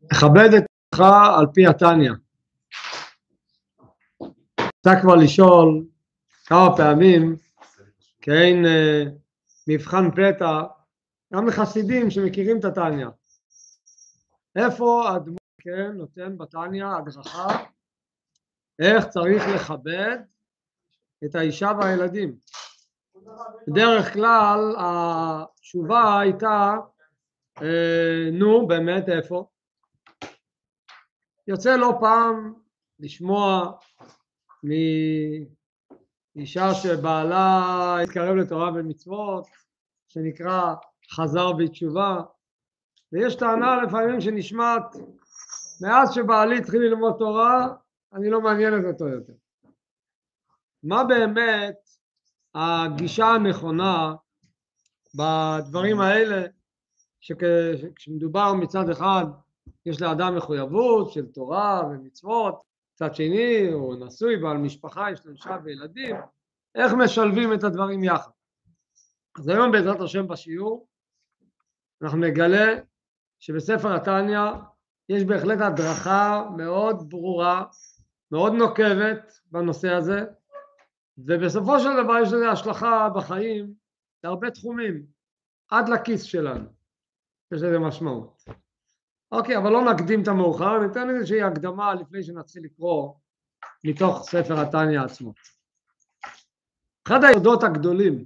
לכבד את עצמך על פי התניא. אתה כבר לשאול כמה פעמים כאין מבחן פתע גם לחסידים שמכירים את התניא. איפה האדמו"ר כן נותן בתניא הדרכה איך צריך לכבד את האישה והילדים. בדרך כלל התשובה הייתה נו באמת איפה? יוצא לא פעם לשמוע מאישה שבעלה התקרב לתורה ומצוות, שנקרא חזר בתשובה, ויש טענה לפעמים שנשמעת מאז שבעלי התחיל ללמוד תורה אני לא מעניינת אותו יותר. מה באמת הגישה הנכונה בדברים האלה, שכשמדובר מצד אחד יש לאדם מחויבות של תורה ומצוות, מצד שני הוא נשוי בעל משפחה, יש לו אישה וילדים, איך משלבים את הדברים יחד? אז היום בעזרת השם בשיעור אנחנו נגלה שבספר התניא יש בהחלט הדרכה מאוד ברורה, מאוד נוקבת בנושא הזה, ובסופו של דבר יש לזה השלכה בחיים להרבה תחומים, עד לכיס שלנו, יש לזה משמעות. אוקיי, אבל לא נקדים את המאוחר, ניתן איזושהי הקדמה לפני שנתחיל לקרוא מתוך ספר התניא עצמו. אחד היסודות הגדולים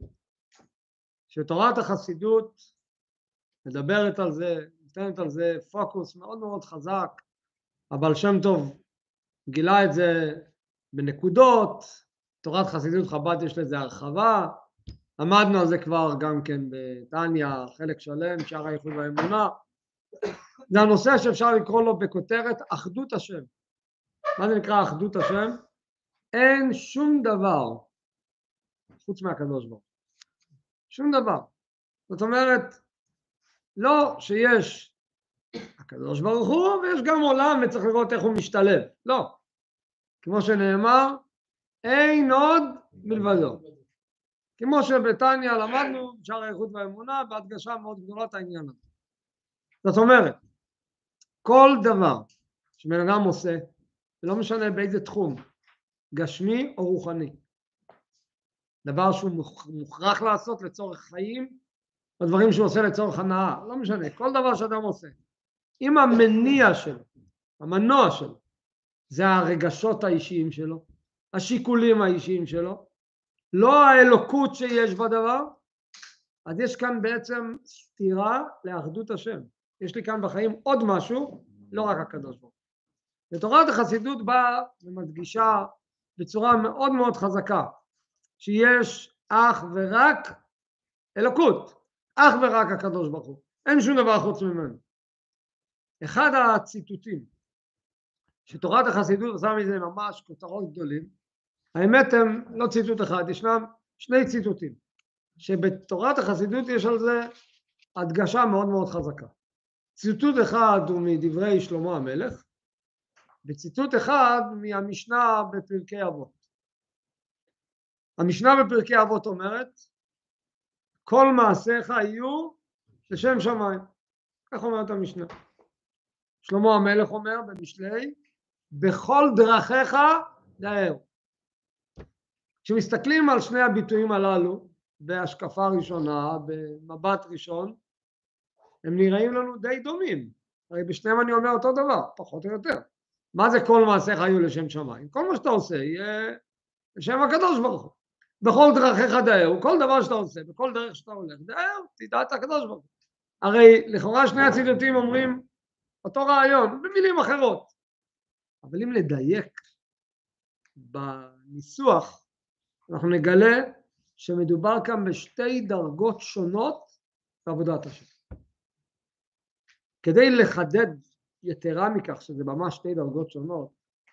שתורת החסידות מדברת על זה, נותנת על זה פוקוס מאוד מאוד חזק, אבל שם טוב גילה את זה בנקודות, תורת חסידות חב"ד יש לזה הרחבה, עמדנו על זה כבר גם כן בתניא, חלק שלם, שער הייחוד והאמונה, זה הנושא שאפשר לקרוא לו בכותרת אחדות השם. מה זה נקרא אחדות השם? אין שום דבר חוץ מהקדוש ברוך הוא, שום דבר. זאת אומרת, לא שיש הקדוש ברוך הוא ויש גם עולם וצריך לראות איך הוא משתלב, לא. כמו שנאמר, אין עוד מלבדו. כמו שבתניא למדנו, שער הייחוד והאמונה, בהדגשה מאוד גדולה את העניין הזה. זאת אומרת, כל דבר שבן אדם עושה, לא משנה באיזה תחום, גשמי או רוחני, דבר שהוא מוכרח לעשות לצורך חיים, או דברים שהוא עושה לצורך הנאה, לא משנה, כל דבר שאדם עושה, אם המניע שלו, המנוע שלו, זה הרגשות האישיים שלו, השיקולים האישיים שלו, לא האלוקות שיש בדבר, אז יש כאן בעצם סתירה לאחדות השם. יש לי כאן בחיים עוד משהו, לא רק הקדוש ברוך הוא. ותורת החסידות באה ומדגישה בצורה מאוד מאוד חזקה, שיש אך ורק אלוקות, אך ורק הקדוש ברוך הוא. אין שום דבר חוץ ממנו. אחד הציטוטים שתורת החסידות עושה מזה ממש כותרות גדולים, האמת הם לא ציטוט אחד, ישנם שני ציטוטים, שבתורת החסידות יש על זה הדגשה מאוד מאוד חזקה. ציטוט אחד הוא מדברי שלמה המלך, וציטוט אחד מהמשנה בפרקי אבות. המשנה בפרקי אבות אומרת, כל מעשיך יהיו לשם שמיים. כך אומרת המשנה. שלמה המלך אומר במשלי, בכל דרכיך דאר. כשמסתכלים על שני הביטויים הללו, בהשקפה ראשונה, במבט ראשון, הם נראים לנו די דומים. הרי בשניהם אני אומר אותו דבר, פחות או יותר. מה זה כל מעשיך יהיו לשם שמיים? כל מה שאתה עושה יהיה לשם הקדוש ברוך הוא. בכל דרכיך דאר, כל דבר שאתה עושה, בכל דרך שאתה הולך, דאר, תדע את הקדוש ברוך הוא. הרי לכאורה שני הציטוטים אומרים אותו רעיון, במילים אחרות. אבל אם לדייק בניסוח, אנחנו נגלה שמדובר כאן בשתי דרגות שונות בעבודת השם. כדי לחדד יתרה מכך שזה ממש שתי דרגות שונות,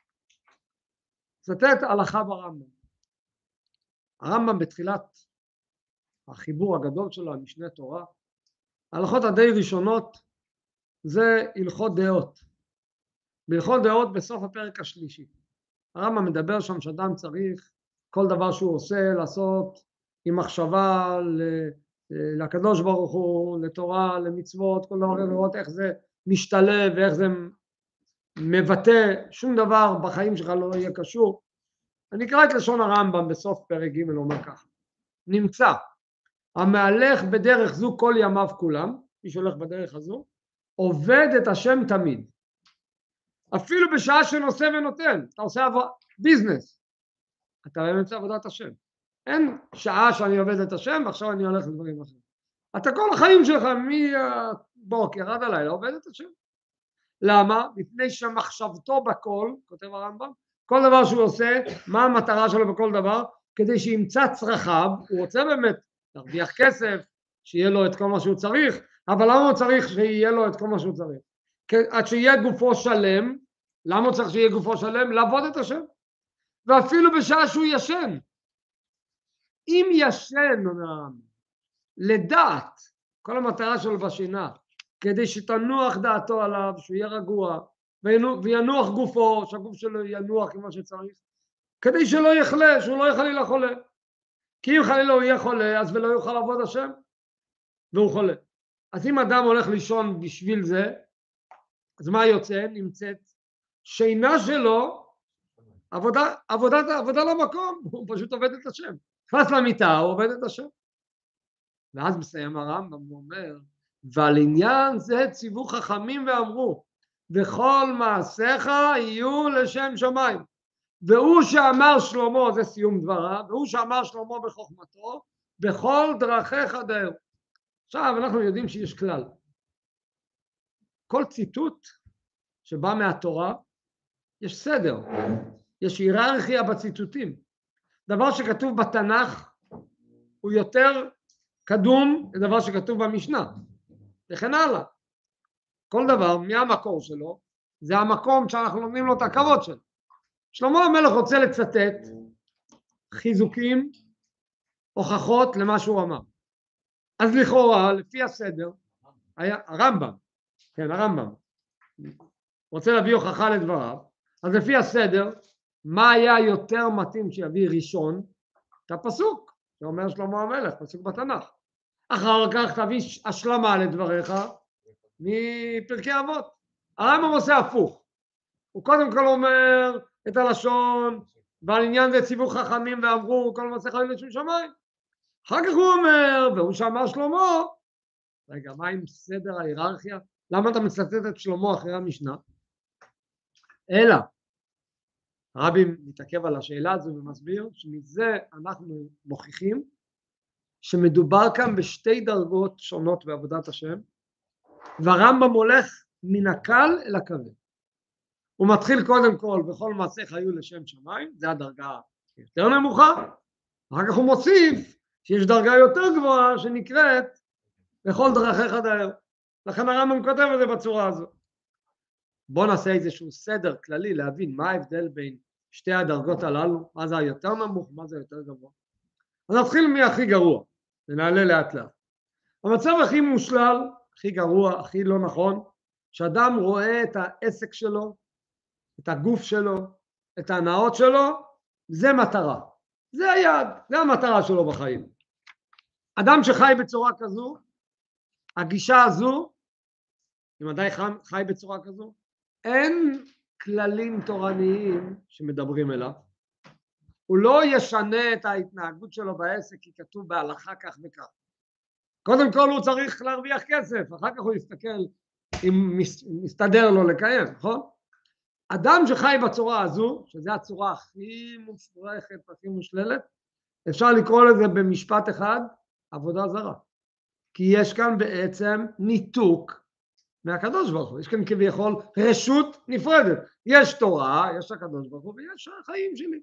צטט הלכה ברמב"ם. הרמב"ם בתחילת החיבור הגדול שלו, המשנה תורה, ההלכות הדי ראשונות זה הלכות דעות. בהלכות דעות בסוף הפרק השלישי. הרמב"ם מדבר שם שאדם צריך כל דבר שהוא עושה לעשות עם מחשבה לקדוש ברוך הוא, לתורה, למצוות, כל דבר לראות איך זה משתלב ואיך זה מבטא שום דבר בחיים שלך לא יהיה קשור. אני אקרא את לשון הרמב"ם בסוף פרק ג', הוא אומר ככה, נמצא, המהלך בדרך זו כל ימיו כולם, מי שהולך בדרך הזו, עובד את השם תמיד. אפילו בשעה שנושא ונותן, אתה עושה ביזנס, אתה באמצע עבודת השם. אין שעה שאני עובד את השם ועכשיו אני הולך לדברים אחרים. אתה כל החיים שלך מבוקר עד הלילה עובד את השם. למה? מפני שמחשבתו בכל, כותב הרמב"ם, כל דבר שהוא עושה, מה המטרה שלו בכל דבר? כדי שימצא צרכיו, הוא רוצה באמת להרוויח כסף, שיהיה לו את כל מה שהוא צריך, אבל למה הוא צריך שיהיה לו את כל מה שהוא צריך? עד שיהיה גופו שלם. למה הוא צריך שיהיה גופו שלם? לעבוד את השם. ואפילו בשעה שהוא ישן. אם ישן, לדעת, כל המטרה שלו בשינה, כדי שתנוח דעתו עליו, שהוא יהיה רגוע, וינוח גופו, שהגוף שלו ינוח כמו שצריך, כדי שלא יחלה, שהוא לא יחלילה חולה. כי אם חלילה הוא יהיה חולה, אז ולא יוכל לעבוד השם, והוא חולה. אז אם אדם הולך לישון בשביל זה, אז מה יוצא? נמצאת שינה שלו, עבודה למקום, הוא פשוט עובד את השם. נכנס למיטה, הוא עובד את השם. ואז מסיים הרמב"ם, הוא אומר, ועל עניין זה ציוו חכמים ואמרו, וכל מעשיך יהיו לשם שמיים. והוא שאמר שלמה, זה סיום דבריו, והוא שאמר שלמה בחוכמתו, בכל דרכיך דאהו. עכשיו אנחנו יודעים שיש כלל. כל ציטוט שבא מהתורה, יש סדר, יש היררכיה בציטוטים. דבר שכתוב בתנ"ך הוא יותר קדום לדבר שכתוב במשנה, וכן הלאה. כל דבר מהמקור שלו, זה המקום שאנחנו נותנים לו את הכבוד שלו. שלמה המלך רוצה לצטט חיזוקים, הוכחות למה שהוא אמר. אז לכאורה, לפי הסדר, היה הרמב"ם, כן, הרמב"ם, רוצה להביא הוכחה לדבריו, אז לפי הסדר, מה היה יותר מתאים שיביא ראשון? את הפסוק, שאומר שלמה המלך, פסוק בתנ"ך. אחר כך תביא השלמה לדבריך מפרקי אבות. הרמב"ם עושה הפוך. הוא קודם כל אומר את הלשון, ועל עניין זה ציוו חכמים ואמרו, כל מעשיך יהיו לשם שמיים. אחר כך הוא אומר, והוא שאמר שלמה, רגע, מה עם סדר ההיררכיה? למה אתה מצטט את שלמה אחרי המשנה? אלא, הרבי מתעכב על השאלה הזו ומסביר שמזה אנחנו מוכיחים שמדובר כאן בשתי דרגות שונות בעבודת השם, והרמב"ם הולך מן הקל אל הכבד. הוא מתחיל קודם כל בכל מעשיך יהיו לשם שמיים, זה הדרגה יותר נמוכה, אחר כך הוא מוסיף שיש דרגה יותר גבוהה שנקראת בכל דרכיך דאהו. לכן הרמב"ם כותב את זה בצורה הזו. בואו נעשה איזשהו סדר כללי להבין מה ההבדל בין שתי הדרגות הללו, מה זה היותר נמוך, מה זה היותר גבוה. אז נתחיל מהכי גרוע, ונעלה לאט לאט. המצב הכי מושלל, הכי גרוע, הכי לא נכון, שאדם רואה את העסק שלו, את הגוף שלו, את ההנאות שלו, זה מטרה. זה היעד, זה המטרה שלו בחיים. אדם שחי בצורה כזו, הגישה הזו, אם אדם חי בצורה כזו, אין כללים תורניים שמדברים אליו. הוא לא ישנה את ההתנהגות שלו בעסק כי כתוב בהלכה כך וכך. קודם כל הוא צריך להרוויח כסף, אחר כך הוא יסתכל אם מסתדר לו לקיים, נכון? אדם שחי בצורה הזו, שזו הצורה הכי מופרכת, הכי מושללת, אפשר לקרוא לזה במשפט אחד, עבודה זרה. כי יש כאן בעצם ניתוק מהקדוש ברוך הוא, יש כאן כביכול רשות נפרדת. יש תורה, יש הקדוש ברוך הוא, ויש החיים שלי.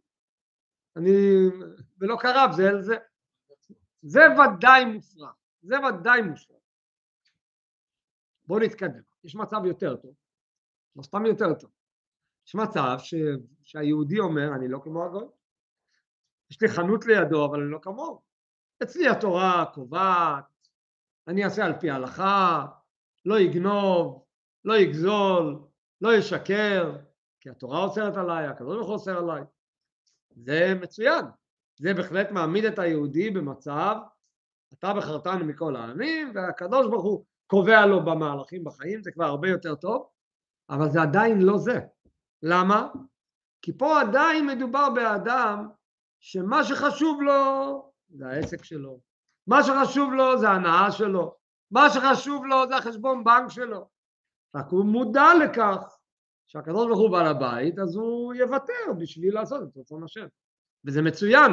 ולא קרב זה אל זה. זה ודאי מופרך, זה ודאי מופרך. בואו נתקדם, יש מצב יותר טוב, לא סתם יותר טוב. יש מצב שהיהודי אומר, אני לא כמו הגוי. יש לי חנות לידו, אבל אני לא כמוהו. אצלי התורה קובעת, אני אעשה על פי ההלכה, לא יגנוב, לא יגזול, לא ישקר, כי התורה אוסרת עליי, הקדוש ברוך הוא אוסר עליי. זה מצוין. זה בהחלט מעמיד את היהודי במצב, אתה בחרתנו מכל העמים, והקדוש ברוך הוא קובע לו במהלכים בחיים, זה כבר הרבה יותר טוב. אבל זה עדיין לא זה. למה? כי פה עדיין מדובר באדם שמה שחשוב לו זה העסק שלו, מה שחשוב לו זה ההנאה שלו, מה שחשוב לו זה החשבון בנק שלו. רק הוא מודע לכך שהקדוש ברוך הוא בעל הבית, אז הוא יוותר בשביל לעשות את רצון השם. וזה מצוין,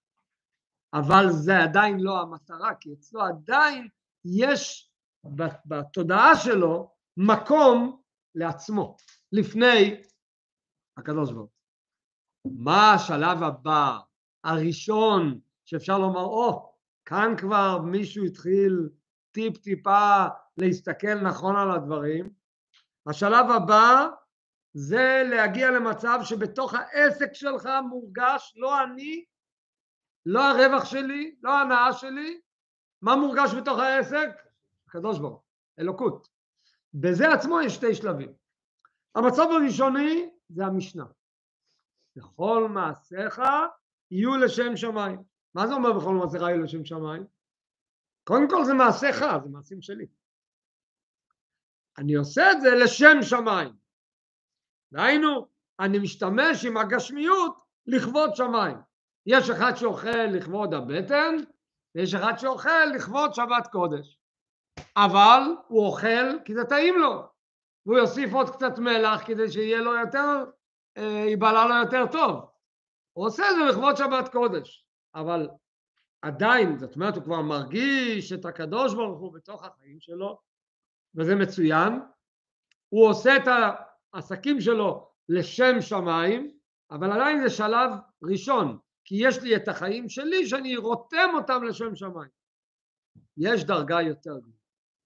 אבל זה עדיין לא המטרה, כי אצלו עדיין יש בתודעה שלו מקום לעצמו, לפני הקדוש ברוך הוא. מה השלב הבא, הראשון, שאפשר לומר, כאן כבר מישהו התחיל טיפה להסתכל נכון על הדברים. השלב הבא זה להגיע למצב שבתוך העסק שלך מורגש לא אני, לא הרווח שלי, לא ההנאה שלי. מה מורגש בתוך העסק? הקדוש ברוך הוא, אלוקות. בזה עצמו יש שתי שלבים. המצב הראשוני זה המשנה. בכל מעשיך יהיו לשם שמיים. מה זה אומר בכל מעשיך יהיו לשם שמיים? קודם כל זה מעשיך, זה מעשים שלי. אני עושה את זה לשם שמיים. דהיינו, אני משתמש עם הגשמיות לכבוד שמיים. יש אחד שאוכל לכבוד הבטן, ויש אחד שאוכל לכבוד שבת קודש. אבל הוא אוכל כי זה טעים לו. והוא יוסיף עוד קצת מלח כדי שיהיה לו יותר, ייבלע לו יותר טוב. הוא עושה את זה לכבוד שבת קודש. אבל עדיין, זאת אומרת, הוא כבר מרגיש את הקדוש ברוך הוא בתוך החיים שלו, וזה מצוין. הוא עושה את העסקים שלו לשם שמיים, אבל עדיין זה שלב ראשון, כי יש לי את החיים שלי שאני רותם אותם לשם שמיים. יש דרגה יותר גבוהה.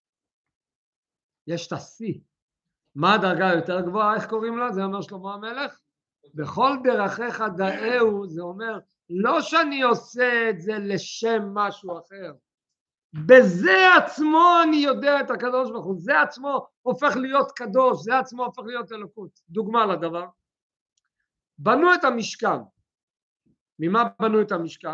יש את השיא. מה הדרגה יותר גבוהה? איך קוראים לה? זה אומר שלמה המלך. בכל דרכיך דאהו, זה אומר, לא שאני עושה את זה לשם משהו אחר. בזה עצמו אני יודע את הקדוש ברוך הוא, זה עצמו הופך להיות קדוש, זה עצמו הופך להיות אלוקות. דוגמה לדבר. בנו את המשכן. ממה בנו את המשכן?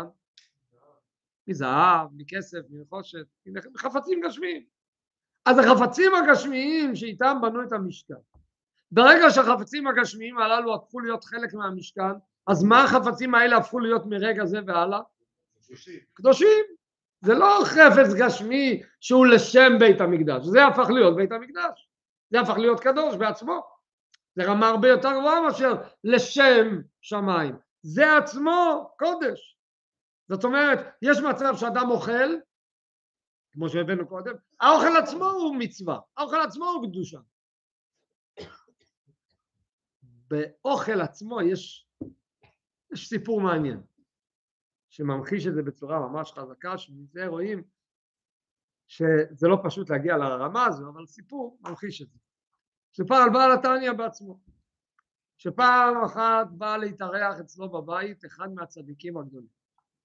מזהב, מכסף, מחושת, מחפצים גשמיים. אז החפצים הגשמיים שאיתם בנו את המשכן. ברגע שהחפצים הגשמיים הללו הפכו להיות חלק מהמשכן, אז מה החפצים האלה הפכו להיות מרגע זה והלאה? קדושים. זה לא חפץ גשמי שהוא לשם בית המקדש, זה הפך להיות בית המקדש. זה הפך להיות קדוש בעצמו. זה רמה הרבה יותר גבוהה מאשר לשם שמיים. זה עצמו קודש. זאת אומרת, יש מצב שאדם אוכל, כמו שהבאנו קודם, האוכל עצמו הוא מצווה, האוכל עצמו הוא קדושה. באוכל עצמו יש סיפור מעניין, שממחיש את זה בצורה ממש חזקה, שמזה רואים שזה לא פשוט להגיע לרמה הזו, אבל סיפור ממחיש את זה. סיפר על בעל התניא בעצמו, שפעם אחת בא להתארח אצלו בבית אחד מהצדיקים הגדולים.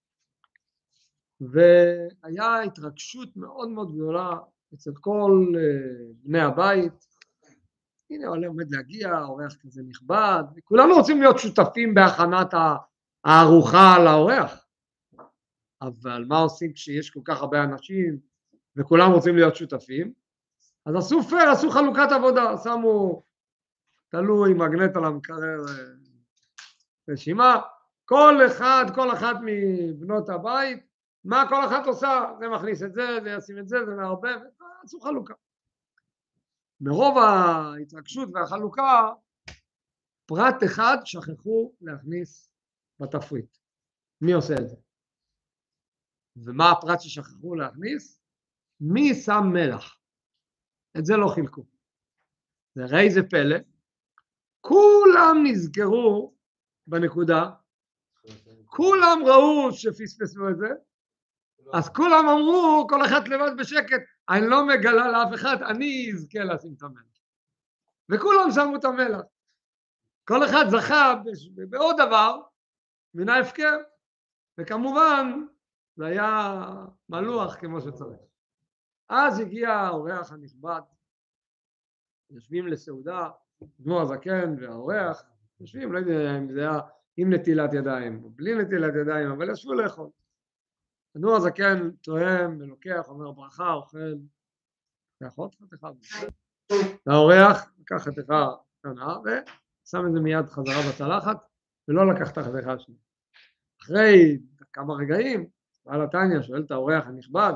והיה התרגשות מאוד מאוד גדולה אצל כל בני הבית. הנה עומד להגיע, אורח כזה נכבד, וכולנו רוצים להיות שותפים בהכנת הארוחה לאורח. אבל מה עושים כשיש כל כך הרבה אנשים וכולם רוצים להיות שותפים? אז עשו פייר, עשו חלוקת עבודה, שמו, תלו עם מגנט על המקרר רשימה, כל אחת מבנות הבית, מה כל אחת עושה? זה מכניס את זה, זה ישים את זה, זה מערבב, עשו חלוקה. מרוב ההתרגשות והחלוקה, פרט אחד שכחו להכניס בתפריט. מי עושה את זה? ומה הפרט ששכחו להכניס? מי שם מלח? את זה לא חילקו. וראי זה פלא, כולם נזכרו בנקודה, כולם ראו שפספסו את זה, אז כולם אמרו, כל אחד לבד בשקט, אני לא מגלה לאף אחד, אני אזכה לשים את המלח. וכולם שמו את המלח. כל אחד זכה בעוד דבר מן ההפקר, וכמובן זה היה מלוח כמו שצריך. אז הגיע האורח הנכבד, יושבים לסעודה, אדמו"ר הזקן והאורח, יושבים, לא יודע אם זה היה עם נטילת ידיים או בלי נטילת ידיים, אבל ישבו לאכול. אדמו"ר הזקן תואם ולוקח, אומר ברכה, אוכל, ואחות אחד. האורח לקח חתיכה קטנה ושם את זה מיד חזרה בצלחת, ולא לקח את החתיכה השנייה. אחרי כמה רגעים, בעל התניא שואל את האורח הנכבד,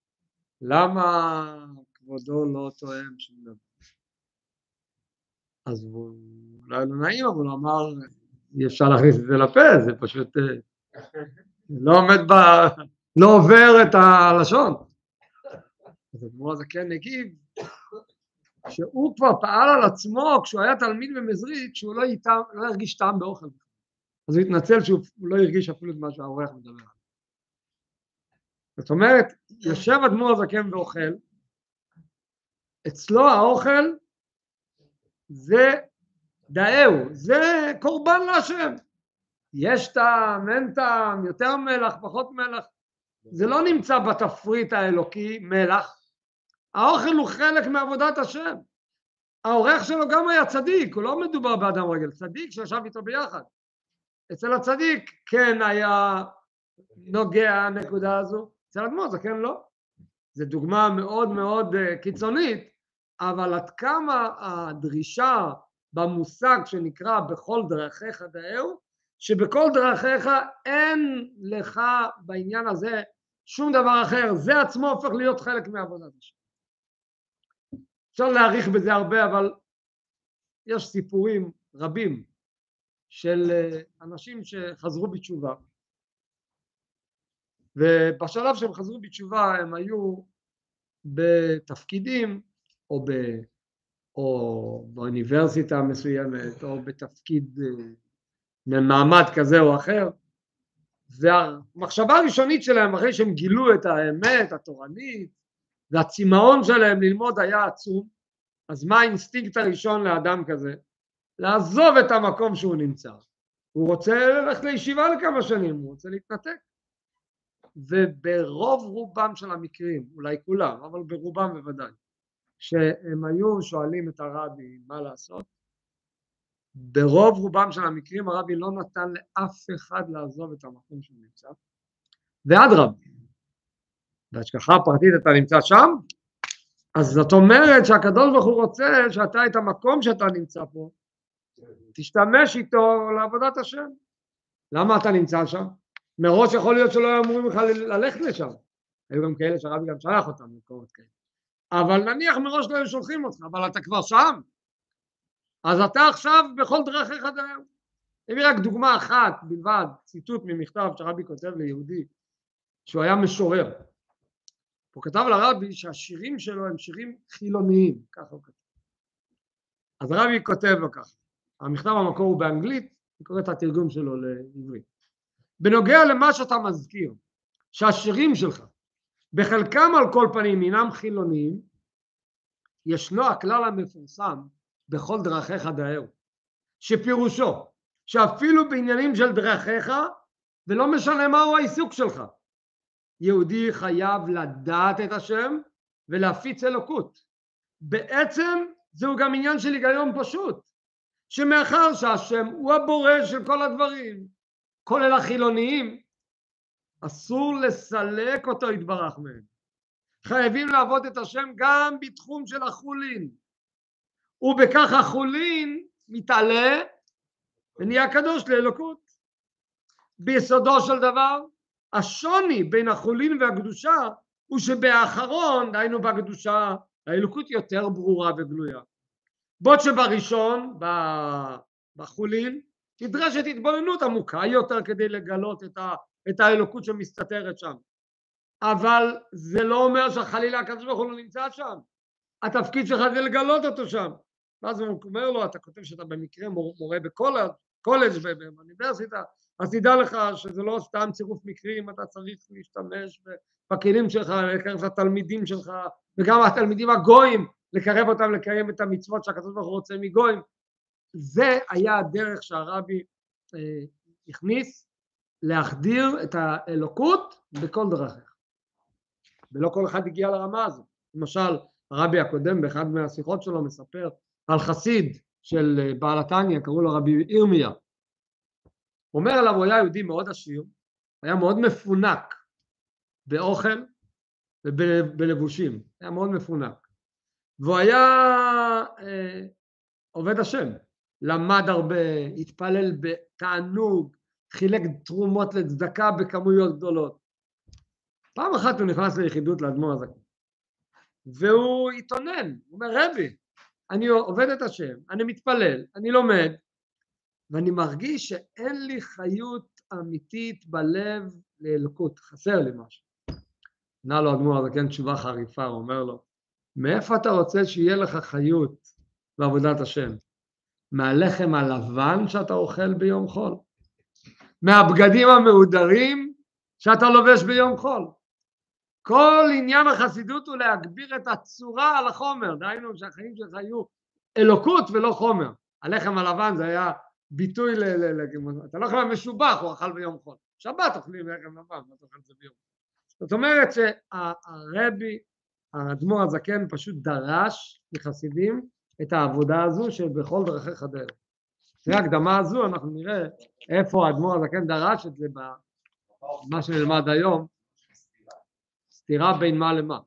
למה כבודו לא תואם שום דבר? אז הוא לא היה לו נעים, אבל הוא אמר, אי אפשר להכניס את זה לפה, זה פשוט לא עומד לא עובר את הלשון. אז אדמו"ר הזקן הגיב, שהוא כבר פעל על עצמו כשהוא היה תלמיד במזרית, שהוא לא הרגיש טעם באוכל. אז הוא התנצל שהוא לא הרגיש אפילו את מה שהאורח מדבר עליו. זאת אומרת, יושב אדמו"ר הזקן ואוכל, אצלו האוכל זה דאהו, זה קורבן להשם. יש טעם, אין טעם, יותר מלח, פחות מלח. זה לא נמצא בתפריט האלוקי, מלח. האוכל הוא חלק מעבודת השם. האורח שלו גם היה צדיק, הוא לא מדובר באדם רגל, צדיק שישב איתו ביחד. אצל הצדיק כן היה נוגע הנקודה הזו, אצל אדמו"ר הזקן לא. זו דוגמה מאוד מאוד קיצונית, אבל עד כמה הדרישה במושג שנקרא בכל דרכיך דאהו, שבכל דרכיך אין לך בעניין הזה שום דבר אחר, זה עצמו הופך להיות חלק מעבודת השם. אפשר להעריך בזה הרבה, אבל יש סיפורים רבים של אנשים שחזרו בתשובה, ובשלב שהם חזרו בתשובה הם היו בתפקידים או באוניברסיטה מסוימת או בתפקיד ממעמד כזה או אחר, והמחשבה הראשונית שלהם אחרי שהם גילו את האמת התורנית והצמאון שלהם ללמוד היה עצום, אז מה האינסטינקט הראשון לאדם כזה? לעזוב את המקום שהוא נמצא. הוא רוצה ללכת לישיבה לכמה שנים, הוא רוצה להתנתק. וברוב רובם של המקרים, אולי כולם, אבל ברובם בוודאי, שהם היו שואלים את הרבי מה לעשות, ברוב רובם של המקרים הרבי לא נתן לאף אחד לעזוב את המקום שהוא נמצא, ואדרבה, בהשגחה הפרטית אתה נמצא שם, אז זאת אומרת שהקדוש ברוך הוא רוצה שאתה את המקום שאתה נמצא פה, תשתמש איתו לעבודת השם. למה אתה נמצא שם? מראש יכול להיות שלא היו אמורים לך ללכת לשם. היו גם כאלה שהרבי גם שלח אותם במקומות כאלה. אבל נניח מראש לא היו שולחים אותך, אבל אתה כבר שם. אז אתה עכשיו בכל דרכיך דאהו. הביא רק דוגמה אחת בלבד, ציטוט ממכתב שהרבי כותב ליהודי, שהוא היה משורר. הוא כתב לרבי שהשירים שלו הם שירים חילוניים, ככה הוא כתב. אז הרבי כותב לו ככה, המכתב המקור הוא באנגלית, אני קורא את התרגום שלו לעברית. בנוגע למה שאתה מזכיר, שהשירים שלך, בחלקם על כל פנים אינם חילוניים, ישנו הכלל המפורסם בכל דרכיך דאהו, שפירושו שאפילו בעניינים של דרכיך, ולא משנה מהו העיסוק שלך, יהודי חייב לדעת את השם ולהפיץ אלוקות. בעצם זהו גם עניין של היגיון פשוט, שמאחר שהשם הוא הבורא של כל הדברים, כולל החילוניים, אסור לסלק אותו יתברך מהם. חייבים לעבוד את השם גם בתחום של החולין, ובכך החולין מתעלה ונהיה קדוש לאלוקות. ביסודו של דבר, השוני בין החולין והקדושה הוא שבאחרון, דהיינו בקדושה, האלוקות יותר ברורה וגלויה. בעוד שבראשון, בחולין, נדרשת התבוננות עמוקה יותר כדי לגלות את האלוקות שמסתתרת שם. אבל זה לא אומר שחלילה הקדוש ברוך הוא לא נמצא שם. התפקיד שלך זה לגלות אותו שם. ואז הוא אומר לו, אתה כותב שאתה במקרה מורה בקולג' באוניברסיטה, אז תדע לך שזה לא סתם צירוף מקרים, אתה צריך להשתמש בכלים שלך, לקרב את התלמידים שלך, וגם התלמידים הגויים, לקרב אותם לקיים את המצוות שהקדוש ברוך הוא רוצה מגויים. זה היה הדרך שהרבי הכניס להחדיר את האלוקות בכל דרכיך. ולא כל אחד הגיע לרמה הזו. למשל, הרבי הקודם באחד מהשיחות שלו מספר על חסיד של בעל התניא, קראו לו רבי ירמיה. הוא אומר עליו, הוא היה יהודי מאוד עשיר, היה מאוד מפונק באוכל ובלבושים, היה מאוד מפונק. והוא היה עובד השם, למד הרבה, התפלל בתענוג, חילק תרומות לצדקה בכמויות גדולות. פעם אחת הוא נכנס ליחידות לאדמו"ר הזקן, והוא התאונן, הוא אומר, רבי, אני עובד את השם, אני מתפלל, אני לומד, ואני מרגיש שאין לי חיות אמיתית בלב לאלוקות, חסר לי משהו. ענה לו אדמו"ר הזקן תשובה חריפה, הוא אומר לו, מאיפה אתה רוצה שיהיה לך חיות בעבודת השם? מהלחם הלבן שאתה אוכל ביום חול? מהבגדים המהודרים שאתה לובש ביום חול? כל עניין החסידות הוא להגביר את הצורה על החומר, דהיינו שהחיים שלך יהיו אלוקות ולא חומר. הלחם הלבן זה היה ביטוי אתה לא אוכל משובח, הוא אכל ביום חול. שבת אוכלים לחם לבן, לא תאכל זה ביום. זאת אומרת שהרבי, האדמו"ר הזקן פשוט דרש מחסידים את העבודה הזו שבכל דרכיך דרך. אחרי ההקדמה הזו אנחנו נראה איפה האדמו"ר הזקן דרש את זה במה שנלמד היום, סתירה בין מה למה.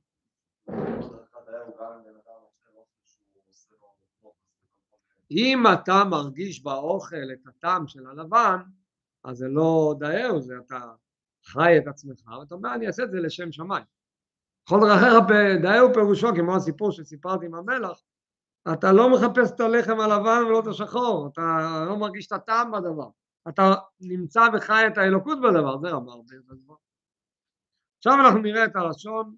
אם אתה מרגיש באוכל את הטעם של הלבן, אז זה לא דאהו, זה אתה חי את עצמך, ואתה אומר אני אעשה את זה לשם שמיים. בכל דרכיך דאהו פירושו, כמו הסיפור שסיפרתי עם המלח, אתה לא מחפש את הלחם הלבן ולא את השחור, אתה לא מרגיש את הטעם בדבר, אתה נמצא וחי את האלוקות בדבר, זה רמה הרבה בדבר. עכשיו אנחנו נראה את הלשון.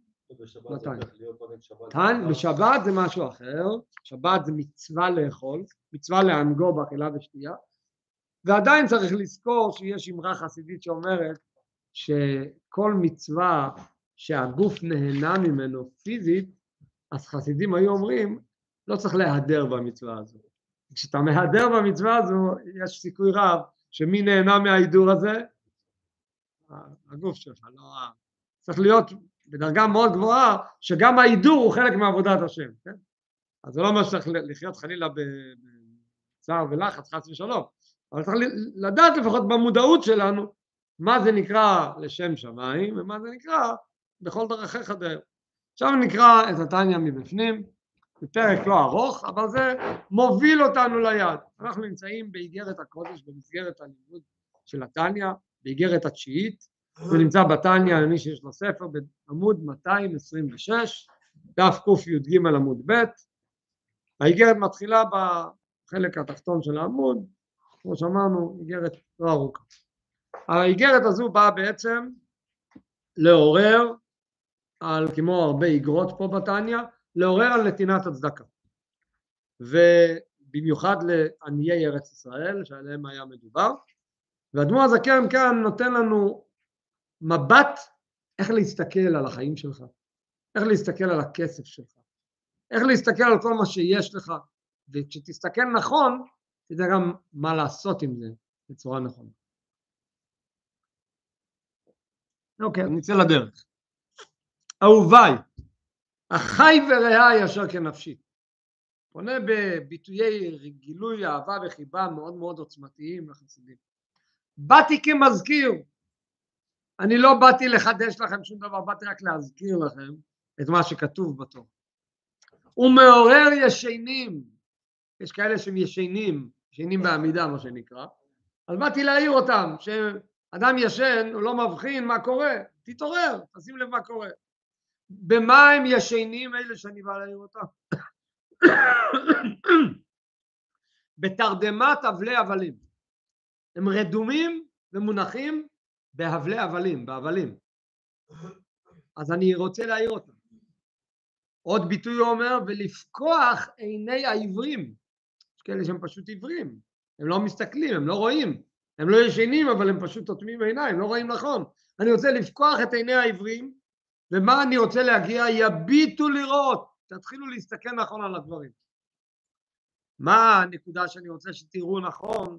בשבת זה משהו אחר, שבת זה מצווה לאכול, מצווה להנגו באכילה ושתייה, ועדיין צריך לזכור שיש אמרה חסידית שאומרת שכל מצווה שהגוף נהנה ממנו פיזית, אז חסידים היו אומרים לא צריך להיעדר במצווה הזו. כשאתה מהיעדר במצווה הזו יש סיכוי רב שמי נהנה מההידור הזה? הגוף שלך, לא... צריך להיות בדרגה מאוד גבוהה, שגם ההידור הוא חלק מעבודת השם, כן? אז זה לא מה שצריך לחיות חלילה בצער ולחץ, חס ושלום, אבל צריך לדעת לפחות במודעות שלנו, מה זה נקרא לשם שמיים, ומה זה נקרא בכל דרכיך דרך. עכשיו נקרא את התניא מבפנים, בפרק לא ארוך, אבל זה מוביל אותנו ליד. אנחנו נמצאים באיגרת הקודש, במסגרת הלימוד של התניא, באיגרת התשיעית, זה נמצא בתניא, למי שיש לו ספר, בעמוד 226, דף קי"ג עמוד ב'. האיגרת מתחילה בחלק התחתון של העמוד, כמו שאמרנו, איגרת לא ארוכה. האיגרת הזו באה בעצם לעורר, כמו הרבה איגרות פה בתניא, לעורר על נתינת הצדקה. ובמיוחד לעניי ארץ ישראל, שעליהם היה מדובר. והאדמו"ר הזקן כאן נותן לנו מבט איך להסתכל על החיים שלך, איך להסתכל על הכסף שלך, איך להסתכל על כל מה שיש לך, וכשתסתכל נכון, תדע גם מה לעשות עם זה בצורה נכונה. אוקיי, נצא לדרך. אהוביי, החי ורעי אשר כנפשי. פונה בביטויי גילוי אהבה וחיבה מאוד מאוד עוצמתיים לחסידים. באתי כמזכיר, אני לא באתי לחדש לכם שום דבר, באתי רק להזכיר לכם את מה שכתוב בתורה. הוא מעורר ישנים, יש כאלה שהם ישנים בעמידה מה שנקרא, אז באתי להעיר אותם, שאדם ישן הוא לא מבחין מה קורה, תתעורר, תשים לב מה קורה. במה הם ישנים אלה שאני בא להעיר אותם? בתרדמת אבלי הבלים. הם רדומים ומונחים בהבלי הבלים, בהבלים. אז אני רוצה להעיר אותם. עוד ביטוי אומר, ולפקוח עיני העברים. יש כאלה שהם פשוט עיוורים, הם לא מסתכלים, הם לא רואים, הם לא ישנים, אבל הם פשוט אוטמים עיניים, לא רואים נכון. אני רוצה לפקוח את עיני העברים, ומה אני רוצה להגיע? יביטו לראות, תתחילו להסתכל נכון על הדברים. מה הנקודה שאני רוצה שתראו נכון?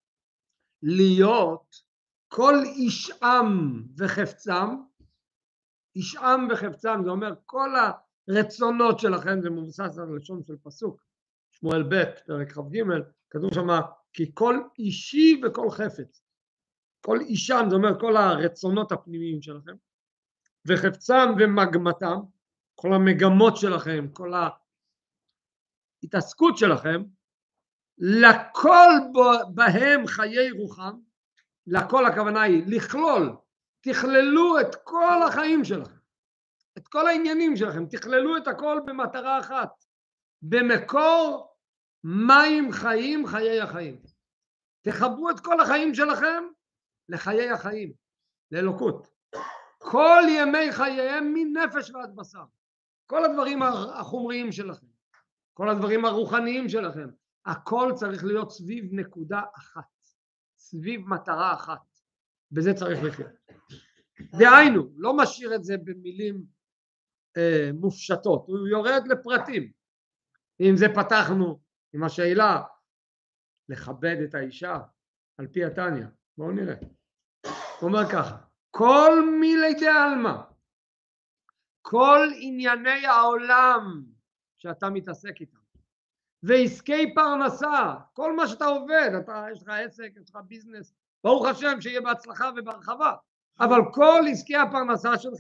להיות כל איש עם וחפצם, איש עם וחפצם, זה אומר כל הרצונות שלכם, זה מבוסס על לשון של פסוק, שמואל ב' פרק כ"ג, כתוב שם, כי כל אישי וכל חפץ, כל אישם, זה אומר כל הרצונות הפנימיים שלכם, וחפצם ומגמתם, כל המגמות שלכם, כל ההתעסקות שלכם, לכל בהם חיי רוחם, לכל הכוונה היא לכלול, תכללו את כל החיים שלכם, את כל העניינים שלכם, תכללו את הכל במטרה אחת, במקור מים חיים, חיי החיים. תחברו את כל החיים שלכם לחיי החיים, לאלוקות. כל ימי חייהם מנפש ועד בשר. כל הדברים החומריים שלכם, כל הדברים הרוחניים שלכם, הכל צריך להיות סביב נקודה אחת, סביב מטרה אחת. בזה צריך לחיות. דהיינו, לא משאיר את זה במילים מופשטות, הוא יורד לפרטים. אם זה פתחנו עם השאלה, לכבד את האישה על פי התניא. בואו נראה. הוא אומר ככה, כל מילי דעלמא, כל ענייני העולם שאתה מתעסק איתם, ועסקי פרנסה, כל מה שאתה עובד, יש לך עסק, יש לך ביזנס, ברוך השם שיהיה בהצלחה ובהרחבה, אבל כל עסקי הפרנסה שלך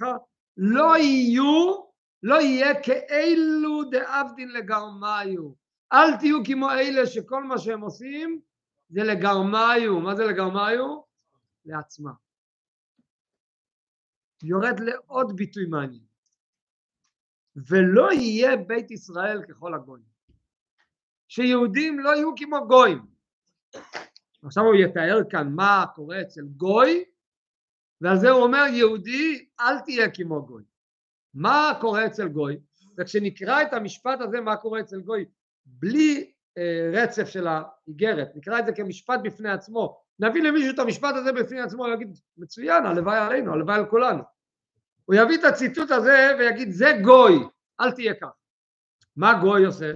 לא יהיה כאלו דאבדין לגרמיו. אל תהיו כמו אלה שכל מה שהם עושים זה לגרמיו. מה זה לגרמיו? לעצמם. יורד לעוד ביטוי מעניין. ולא יהיה בית ישראל ככל הגויים. שיהודים לא יהיו כמו גויים. עכשיו הוא יתאר כאן מה קורה אצל גוי, ועל זה הוא אומר יהודי אל תהיה כמו גוי. מה קורה אצל גוי? וכשנקרא את המשפט הזה מה קורה אצל גוי, בלי רצף של האיגרת, נקרא את זה כמשפט בפני עצמו, נביא למישהו את המשפט הזה בפני עצמו, הוא יגיד מצוין, הלוואי עלינו, הלוואי על כולנו. הוא יביא את הציטוט הזה ויגיד זה גוי, אל תהיה כך. מה גוי עושה?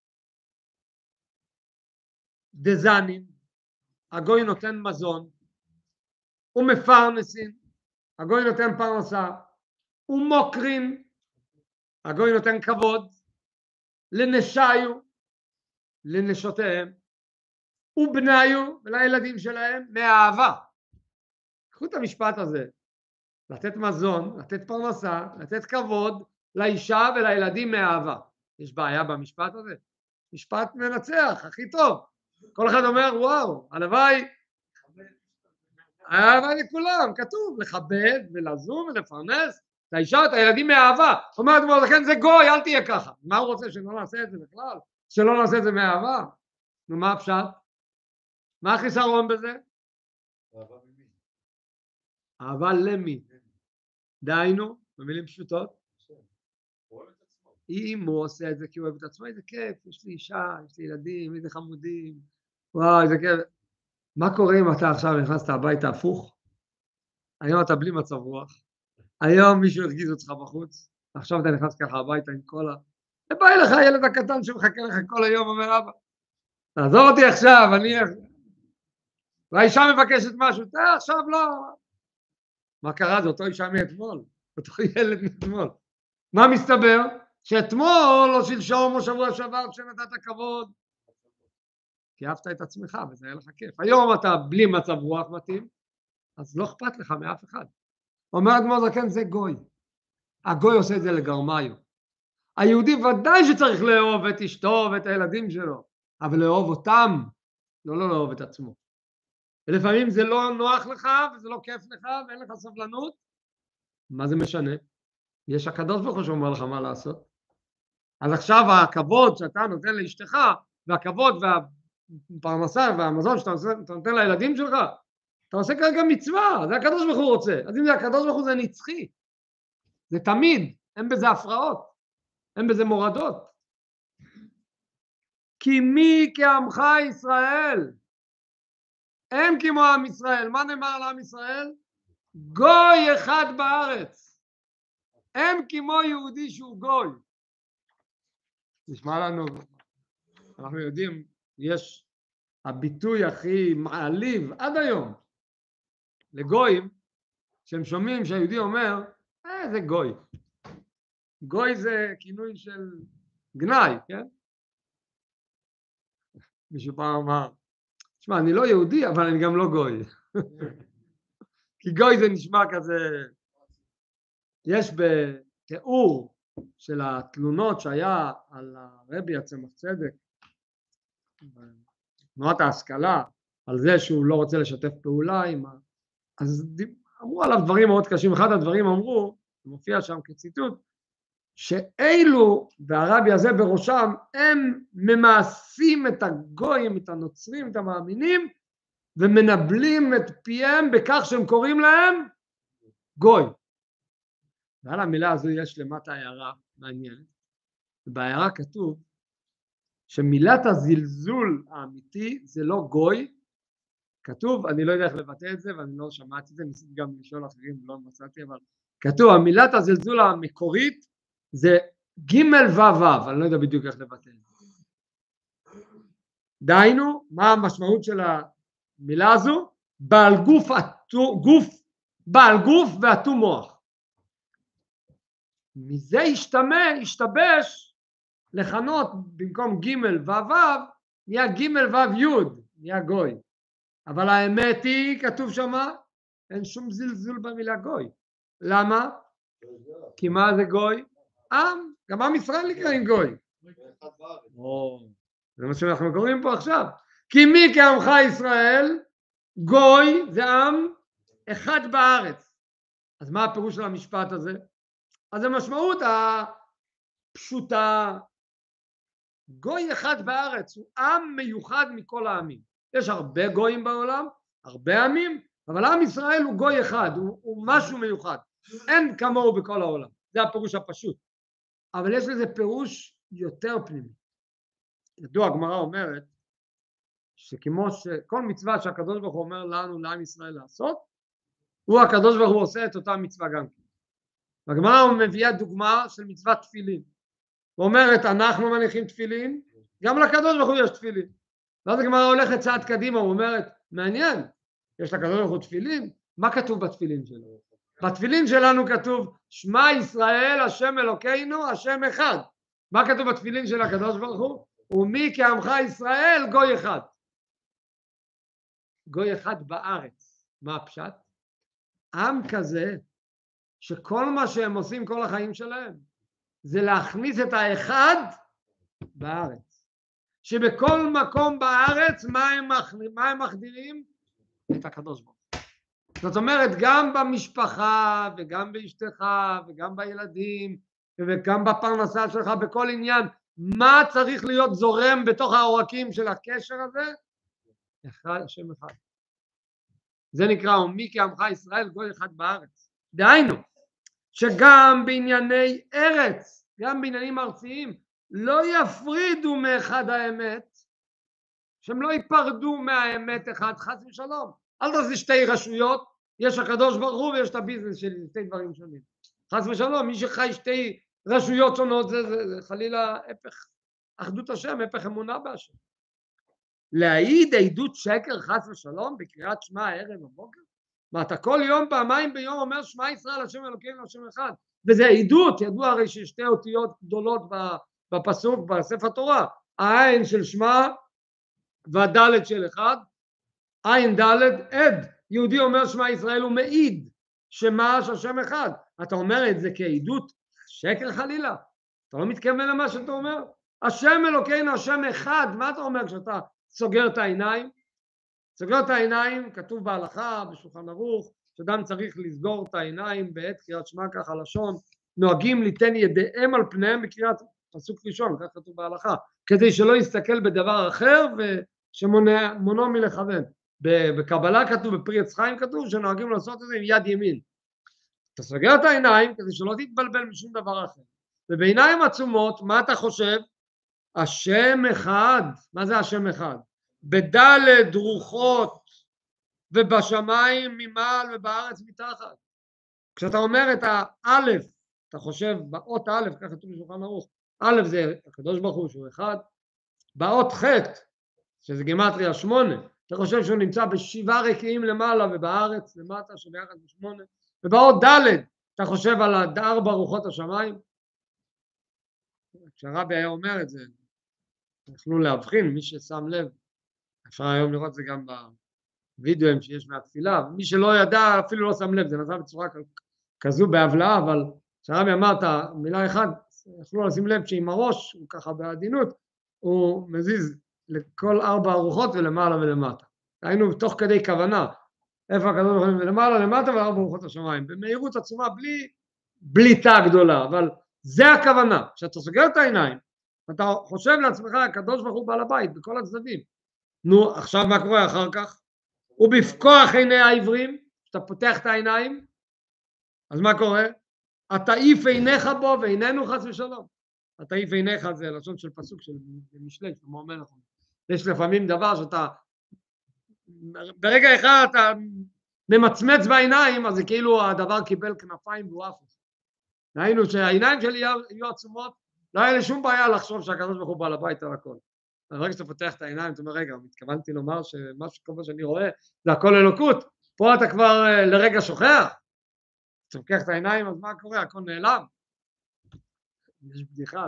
דזנים, הגוי נותן מזון, הוא מפרנסין, הגוי נותן פרנסה, הוא מוקרין, הגוי נותן כבוד, לנשיו, לנשותיהם, ובניו, ולילדים שלהם, מאהבה. קחו את המשפט הזה, לתת מזון, לתת פרנסה, לתת כבוד, לאישה ולילדים מאהבה. יש בעיה במשפט הזה? משפט מנצח, הכי טוב. כל אחד אומר, וואו, הלוואי, אהבה לכולם, כתוב, לכבד ולזום ולפרנס, את האישה, את הילדים מאהבה. אומרת, לכן זה גוי, אל תהיה ככה. מה הוא רוצה, שלא נעשה את זה בכלל? שלא נעשה את זה מאהבה? נו, מה הפשט? מה החיסרון בזה? אהבה ממי? אהבה למי? דהיינו, במילים פשוטות, אם הוא עושה את זה כי הוא אוהב את עצמו, איזה כיף, יש לי אישה, יש לי ילדים, איזה חמודים, וואו, איזה כיף. מה קורה אם אתה עכשיו נכנסת הביתה הפוך? היום אתה בלי מצב רוח, היום מישהו הרגיז אותך בחוץ, עכשיו אתה נכנס ככה הביתה עם כל ובא אליך הילד הקטן שמחכה לך כל היום, אומר אבא, תעזור אותי עכשיו, והאישה מבקשת משהו, עכשיו לא. מה קרה? זה אותו אישה מאתמול, אותו ילד מאתמול. מה מסתבר? שאתמול או שלשום או שבוע שעבר שנתת כבוד, כי אהבת את עצמך וזה היה לך כיף. היום אתה בלי מצב רוח מתאים, אז לא אכפת לך מאף אחד. אומר אדמו"ר זקן, זה גוי. הגוי עושה את זה לגרמיו. היהודי ודאי שצריך לאהוב את אשתו ואת הילדים שלו, אבל לאהוב אותם, לא לאהוב את עצמו. ולפעמים זה לא נוח לך וזה לא כיף לך ואין לך סבלנות. מה זה משנה? יש הקדוש ברוך הוא שאומר לך מה לעשות. אז עכשיו הכבוד שאתה נותן לאשתך, והכבוד והפרנסה והמזון שאתה נותן לילדים שלך, אתה עושה כרגע מצווה, זה הקדוש ברוך הוא רוצה. אז אם זה הקדוש ברוך הוא זה נצחי, זה תמיד, אין בזה הפרעות, אין בזה מורדות. כי מי כעמך ישראל? אין כמו עם ישראל. מה נאמר על עם ישראל? גוי אחד בארץ. אין כמו יהודי שהוא גוי. נשמע לנו, אנחנו יודעים, יש הביטוי הכי מעליב עד היום לגויים, שהם שומעים שהיהודי אומר, זה גוי. גוי זה כינוי של גנאי, כן? מישהו פעם אמר, תשמע, אני לא יהודי, אבל אני גם לא גוי. כי גוי זה נשמע כזה, יש בתיאור של התלונות שהיה על הרבי הצמח צדק, תנועת ההשכלה, על זה שהוא לא רוצה לשתף פעולה עם אז אמרו עליו דברים מאוד קשים. אחד הדברים אמרו, מופיע שם כציטוט, שאילו, והרבי הזה בראשם, הם ממאסים את הגויים, את הנוצרים, את המאמינים, ומנבלים את פיהם בכך שהם קוראים להם גוי. ועל המילה הזו יש למטה הערה מעניינת. בהערה כתוב שמילת הזלזול האמיתי זה לא גוי, כתוב, אני לא יודע איך לבטא את זה ואני לא שמעתי את זה, ניסיתי גם לשאול אחרים ולא מצאתי, אבל כתוב, המילת הזלזול המקורית זה ג' ו', אני לא יודע בדיוק איך לבטא את זה. דהיינו, מה המשמעות של המילה הזו? בעל גוף ואטום מוח. מזה השתבש לכנות במקום ג' ו' נהיה ג' ו' י', נהיה גוי. אבל האמת היא, כתוב שמה, אין שום זלזול במילה גוי. למה? כי מה זה גוי? עם, גם עם ישראל נקראים גוי. זה מה שאנחנו קוראים פה עכשיו. כי מי כעמך ישראל, גוי זה עם אחד בארץ. אז מה הפירוש של המשפט הזה? אז המשמעות הפשוטה, גוי אחד בארץ הוא עם מיוחד מכל העמים. יש הרבה גויים בעולם, הרבה עמים, אבל עם ישראל הוא גוי אחד, הוא משהו מיוחד. אין כמוהו בכל העולם. זה הפירוש הפשוט. אבל יש לזה פירוש יותר פנימי. ידוע, הגמרא אומרת, שכמו שכל מצווה שהקדוש ברוך הוא אומר לנו, לעם ישראל לעשות, הוא הקדוש ברוך הוא עושה את אותה מצווה גם כן. והגמרא מביאה דוגמה של מצוות תפילין. הוא אומרת, אנחנו מניחים תפילין, גם לקדוש ברוך הוא יש תפילין. ואז הגמרא הולכת צעד קדימה, הוא אומרת, מעניין, יש לקדוש ברוך הוא תפילין? מה כתוב בתפילין שלנו? בתפילין שלנו כתוב, שמע ישראל השם אלוקינו השם אחד. מה כתוב בתפילין של הקדוש ברוך הוא? ומי כעמך ישראל גוי אחד. גוי אחד בארץ. מה הפשט? עם כזה שכל מה שהם עושים כל החיים שלהם זה להכניס את האחד בארץ. שבכל מקום בארץ מה הם מחדירים? את הקדוש ברוך הוא. זאת אומרת, גם במשפחה וגם באשתך וגם בילדים וגם בפרנסה שלך, בכל עניין, מה צריך להיות זורם בתוך העורקים של הקשר הזה? אחד, השם אחד. זה נקרא, ומי כעמך ישראל גוי אחד בארץ. דהיינו, שגם בענייני ארץ, גם בעניינים ארציים, לא יפרידו מאחד האמת, שהם לא ייפרדו מהאמת אחד, חס ושלום. אל תעשי שתי רשויות, יש הקדוש ברוך הוא ויש את הביזנס שלי, שתי דברים שונים. חס ושלום, מי שחי שתי רשויות שונות, זה חלילה הפך אחדות השם, הפך אמונה בהשם. להעיד עדות שקר חס ושלום בקריאת שמע הערב הבוקר? מה, אתה כל יום פעמיים ביום אומר שמע ישראל השם אלוקינו השם אחד, וזה עדות. ידוע הרי ששתי אותיות גדולות בפסוק בספר תורה, העין של שמע והדלת של אחד, עין דלת עד. יהודי אומר שמע ישראל הוא מעיד שמה השם אחד. אתה אומר את זה כעדות שקר חלילה? אתה לא מתכוון למה שאתה אומר? השם אלוקינו השם אחד. מה אתה אומר כשאתה סוגר את העיניים? סוגר את העיניים, כתוב בהלכה בשולחן ערוך, שאדם צריך לסגור את העיניים בעת קריאת שמע, ככה לשון, נוהגים ליתן ידיהם על פניהם בקריאת פסוק ראשון, כך כתוב בהלכה, כדי שלא יסתכל בדבר אחר ושמונע מלכוון. בקבלה כתוב, בפרי עץ חיים כתוב, שנוהגים לעשות את זה עם יד ימין. אתה סוגר את העיניים כדי שלא תתבלבל משום דבר אחר. ובעיניים עצומות, מה אתה חושב? השם אחד. מה זה השם אחד? בדלת רוחות ובשמיים ממעל ובארץ מתחת. כשאתה אומר את האלף, אתה חושב באות אלף, ככה כתוב בשולחן ערוך, אלף זה הקדוש ברוך הוא שהוא אחד, באות ח' שזה גימטריה 8, אתה חושב שהוא נמצא בשבעה רקיעים למעלה ובארץ למטה שביחד ב8, ובאות ד' אתה חושב על 4 רוחות השמיים. כשהרבי היה אומר את זה, יכלו להבחין, מי ששם לב, אפשר היום לראות זה גם בווידאוים שיש מהתפילה, מי שלא ידע אפילו לא שם לב, זה נעשה בצורה כזו בהבלעה, אבל כשהרבי אמר את המילה אחד, יכלו לשים לב שעם הראש, הוא ככה בעדינות, הוא מזיז לכל 4 ארוחות ולמעלה ולמטה. היינו תוך כדי כוונה, איפה הקדוש ברוך הוא למעלה למטה ו4 ארוחות השמיים, במהירות עצומה בלי בליטה גדולה, אבל זה הכוונה. כשאתה סוגר את העיניים, אתה חושב לעצמך, הקדוש ברוך הוא בעל הבית בכל הצדדים. נו, עכשיו מה קורה אחר כך? ובפקוח עיני העברים, כשאתה פותח את העיניים, אז מה קורה? התעיף עיניך בו ועינינו חס ושלום. התעיף עיניך זה לשון של פסוק של משלי, כמו אומר לכם. יש לפעמים דבר שאתה, ברגע אחד אתה ממצמץ בעיניים, אז זה כאילו הדבר קיבל כנפיים והוא עף. ראינו שהעיניים שלי יהיו עצומות, לא היה לי שום בעיה לחשוב שהקדוש ברוך הוא בעל הבית על הכל. ברגע שאתה פותח את העיניים, אתה אומר, רגע, התכוונתי לומר שמשהו כמו שאני רואה, זה הכל אלוקות, פה אתה כבר לרגע שוכח. אתה פותח את העיניים, אז מה קורה? הכל נעלם. יש בדיחה,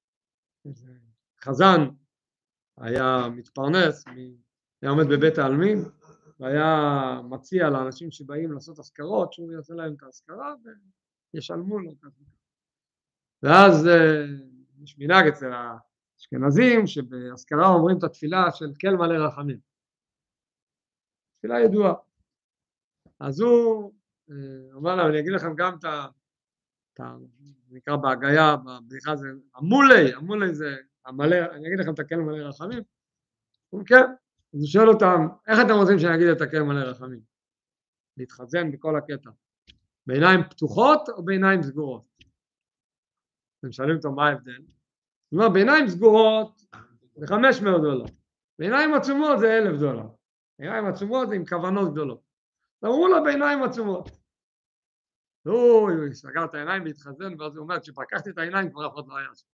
חזן היה מתפרנס, היה עומד בבית העלמין, והיה מציע לאנשים שבאים לעשות אזכרות, שהוא יעשה להם את האזכרה וישלמו לו. ואז יש מנהג אצל האשכנזים שבאזכרה אומרים את התפילה של כל מלא רחמים. תפילה ידועה. אז הוא אומר להם, אני אגיד לכם גם את נקרא בהגיה, בבדיחה זה המולי זה המלא, אני אגיד לכם את כל מלא רחמים. כן, אז הוא שואל אותם, איך אתם רוצים שאני אגיד את כל מלא רחמים? להתחזן בכל הקטע. בעיניים פתוחות או בעיניים סגורות? אתם שואלים אותו מה ההבדל? זאת אומרת, בעיניים סגורות זה $500, בעיניים עצומות זה $1,000. בעיניים עצומות זה עם כוונות גדולות. אמרו לו בעיניים עצומות. הוא סגר את העיניים והתחזן, ואז הוא אומר, כשפקחתי את העיניים כבר אף אחד לא היה שם.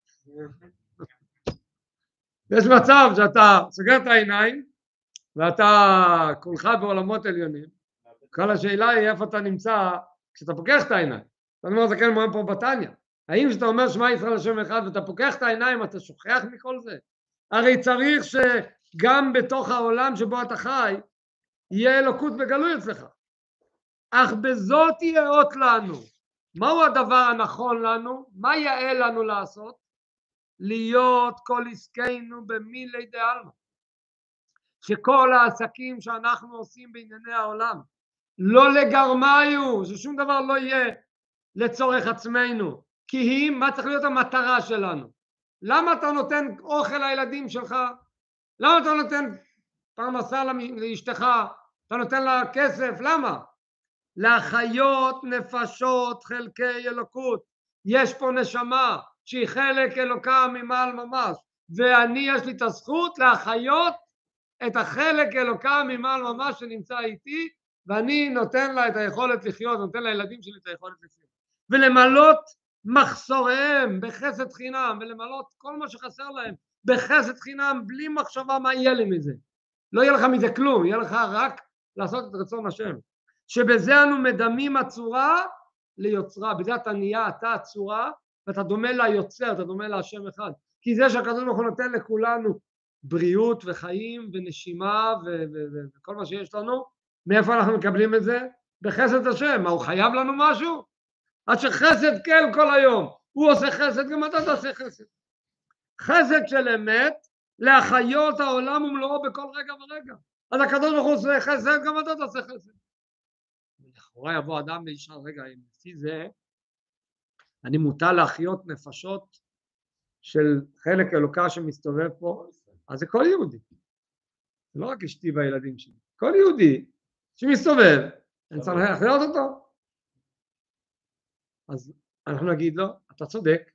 יש מצב שאתה סוגר את העיניים, ואתה כולך בעולמות עליונים, כל השאלה היא איפה אתה נמצא כשאתה פוקח את העיניים. אתה אומר, זה כן מועם פה בתניא. האם כשאתה אומר שמע ישראל השם אחד ואתה פוקח את העיניים, אתה שוכח מכל זה? הרי צריך שגם בתוך העולם שבו אתה חי, יהיה אלוקות בגלוי אצלך. אך בזאת יאות לנו. מהו הדבר הנכון לנו? מה יאה לנו לעשות? להיות כל עסקנו במילי דעלמא. שכל העסקים שאנחנו עושים בענייני העולם, לא לגרמיו, ששום דבר לא יהיה לצורך עצמנו. כי היא, מה צריך להיות המטרה שלנו? למה אתה נותן אוכל לילדים שלך? למה אתה נותן פרנסה לאשתך? אתה נותן לה כסף? למה? להחיות נפשות חלקי אלוקות. יש פה נשמה שהיא חלק אלוקה ממעל ממש, ואני יש לי את הזכות להחיות את החלק אלוקה ממעל ממש שנמצא איתי, ואני נותן לה את היכולת לחיות, נותן לילדים שלי את היכולת לחיות, ולמלות מחסוריהם בחסד חינם, ולמלות כל מה שחסר להם בחסד חינם, בלי מחשבה מה יהיה לי מזה. לא יהיה לך מזה כלום, יהיה לך רק לעשות את רצון השם. שבזה אנו מדמים הצורה ליוצרה, בזה אתה נהיה, אתה הצורה, ואתה דומה ליוצר, אתה דומה להשם אחד. כי זה שהקדוש ברוך הוא נותן לכולנו בריאות וחיים ונשימה וכל מה שיש לנו, מאיפה אנחנו מקבלים את זה? בחסד השם. מה, הוא חייב לנו משהו? עד שחסד כל היום. הוא עושה חסד, גם אתה תעשה חסד. חסד של אמת, להחיות העולם ומלואו בכל רגע ורגע. אז הקדוש ברוך הוא עושה חסד, גם אתה תעשה חסד. לכאורה יבוא אדם וישאל, רגע, אם לפי זה, אני מוטל להחיות נפשות של חלק אלוקה שמסתובב פה, אז זה כל יהודי. זה לא רק אשתי והילדים שלי. כל יהודי שמסתובב, אני צריך להחיות אותו. אז אנחנו נגיד לו, אתה צודק.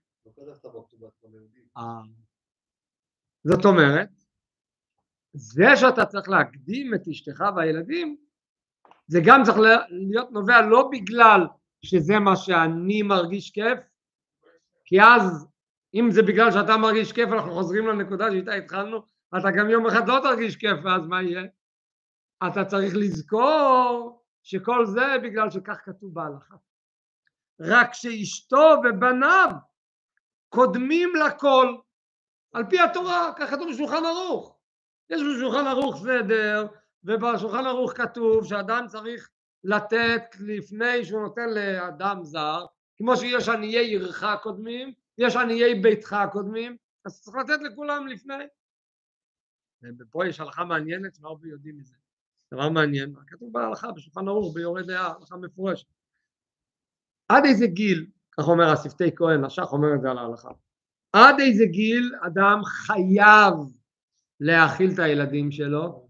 זאת אומרת, זה שאתה צריך להקדים את אשתך והילדים, זה גם צריך להיות נובע לא בגלל שזה מה שאני מרגיש כיף, כי אז אם זה בגלל שאתה מרגיש כיף אנחנו חוזרים לנקודה שאיתה התחלנו, אתה גם יום אחד לא תרגיש כיף ואז מה יהיה? אתה צריך לזכור שכל זה בגלל שכך כתוב בהלכה. רק שאשתו ובניו קודמים לכל על פי התורה, כך כתוב בשולחן ערוך. יש בשולחן ערוך סדר, ובשולחן ערוך כתוב שאדם צריך לתת לפני שהוא נותן לאדם זר, כמו שיש עניי עירך קודמים, יש עניי ביתך קודמים, אז צריך לתת לכולם לפני. ופה יש הלכה מעניינת, לא הרבה יודעים מזה. דבר מעניין, כתוב בהלכה, בשולחן ערוך, ביורה דעה, הלכה מפורשת. עד איזה גיל, כך אומר השפתי כהן, השח אומר את זה על ההלכה, עד איזה גיל אדם חייב להאכיל את הילדים שלו?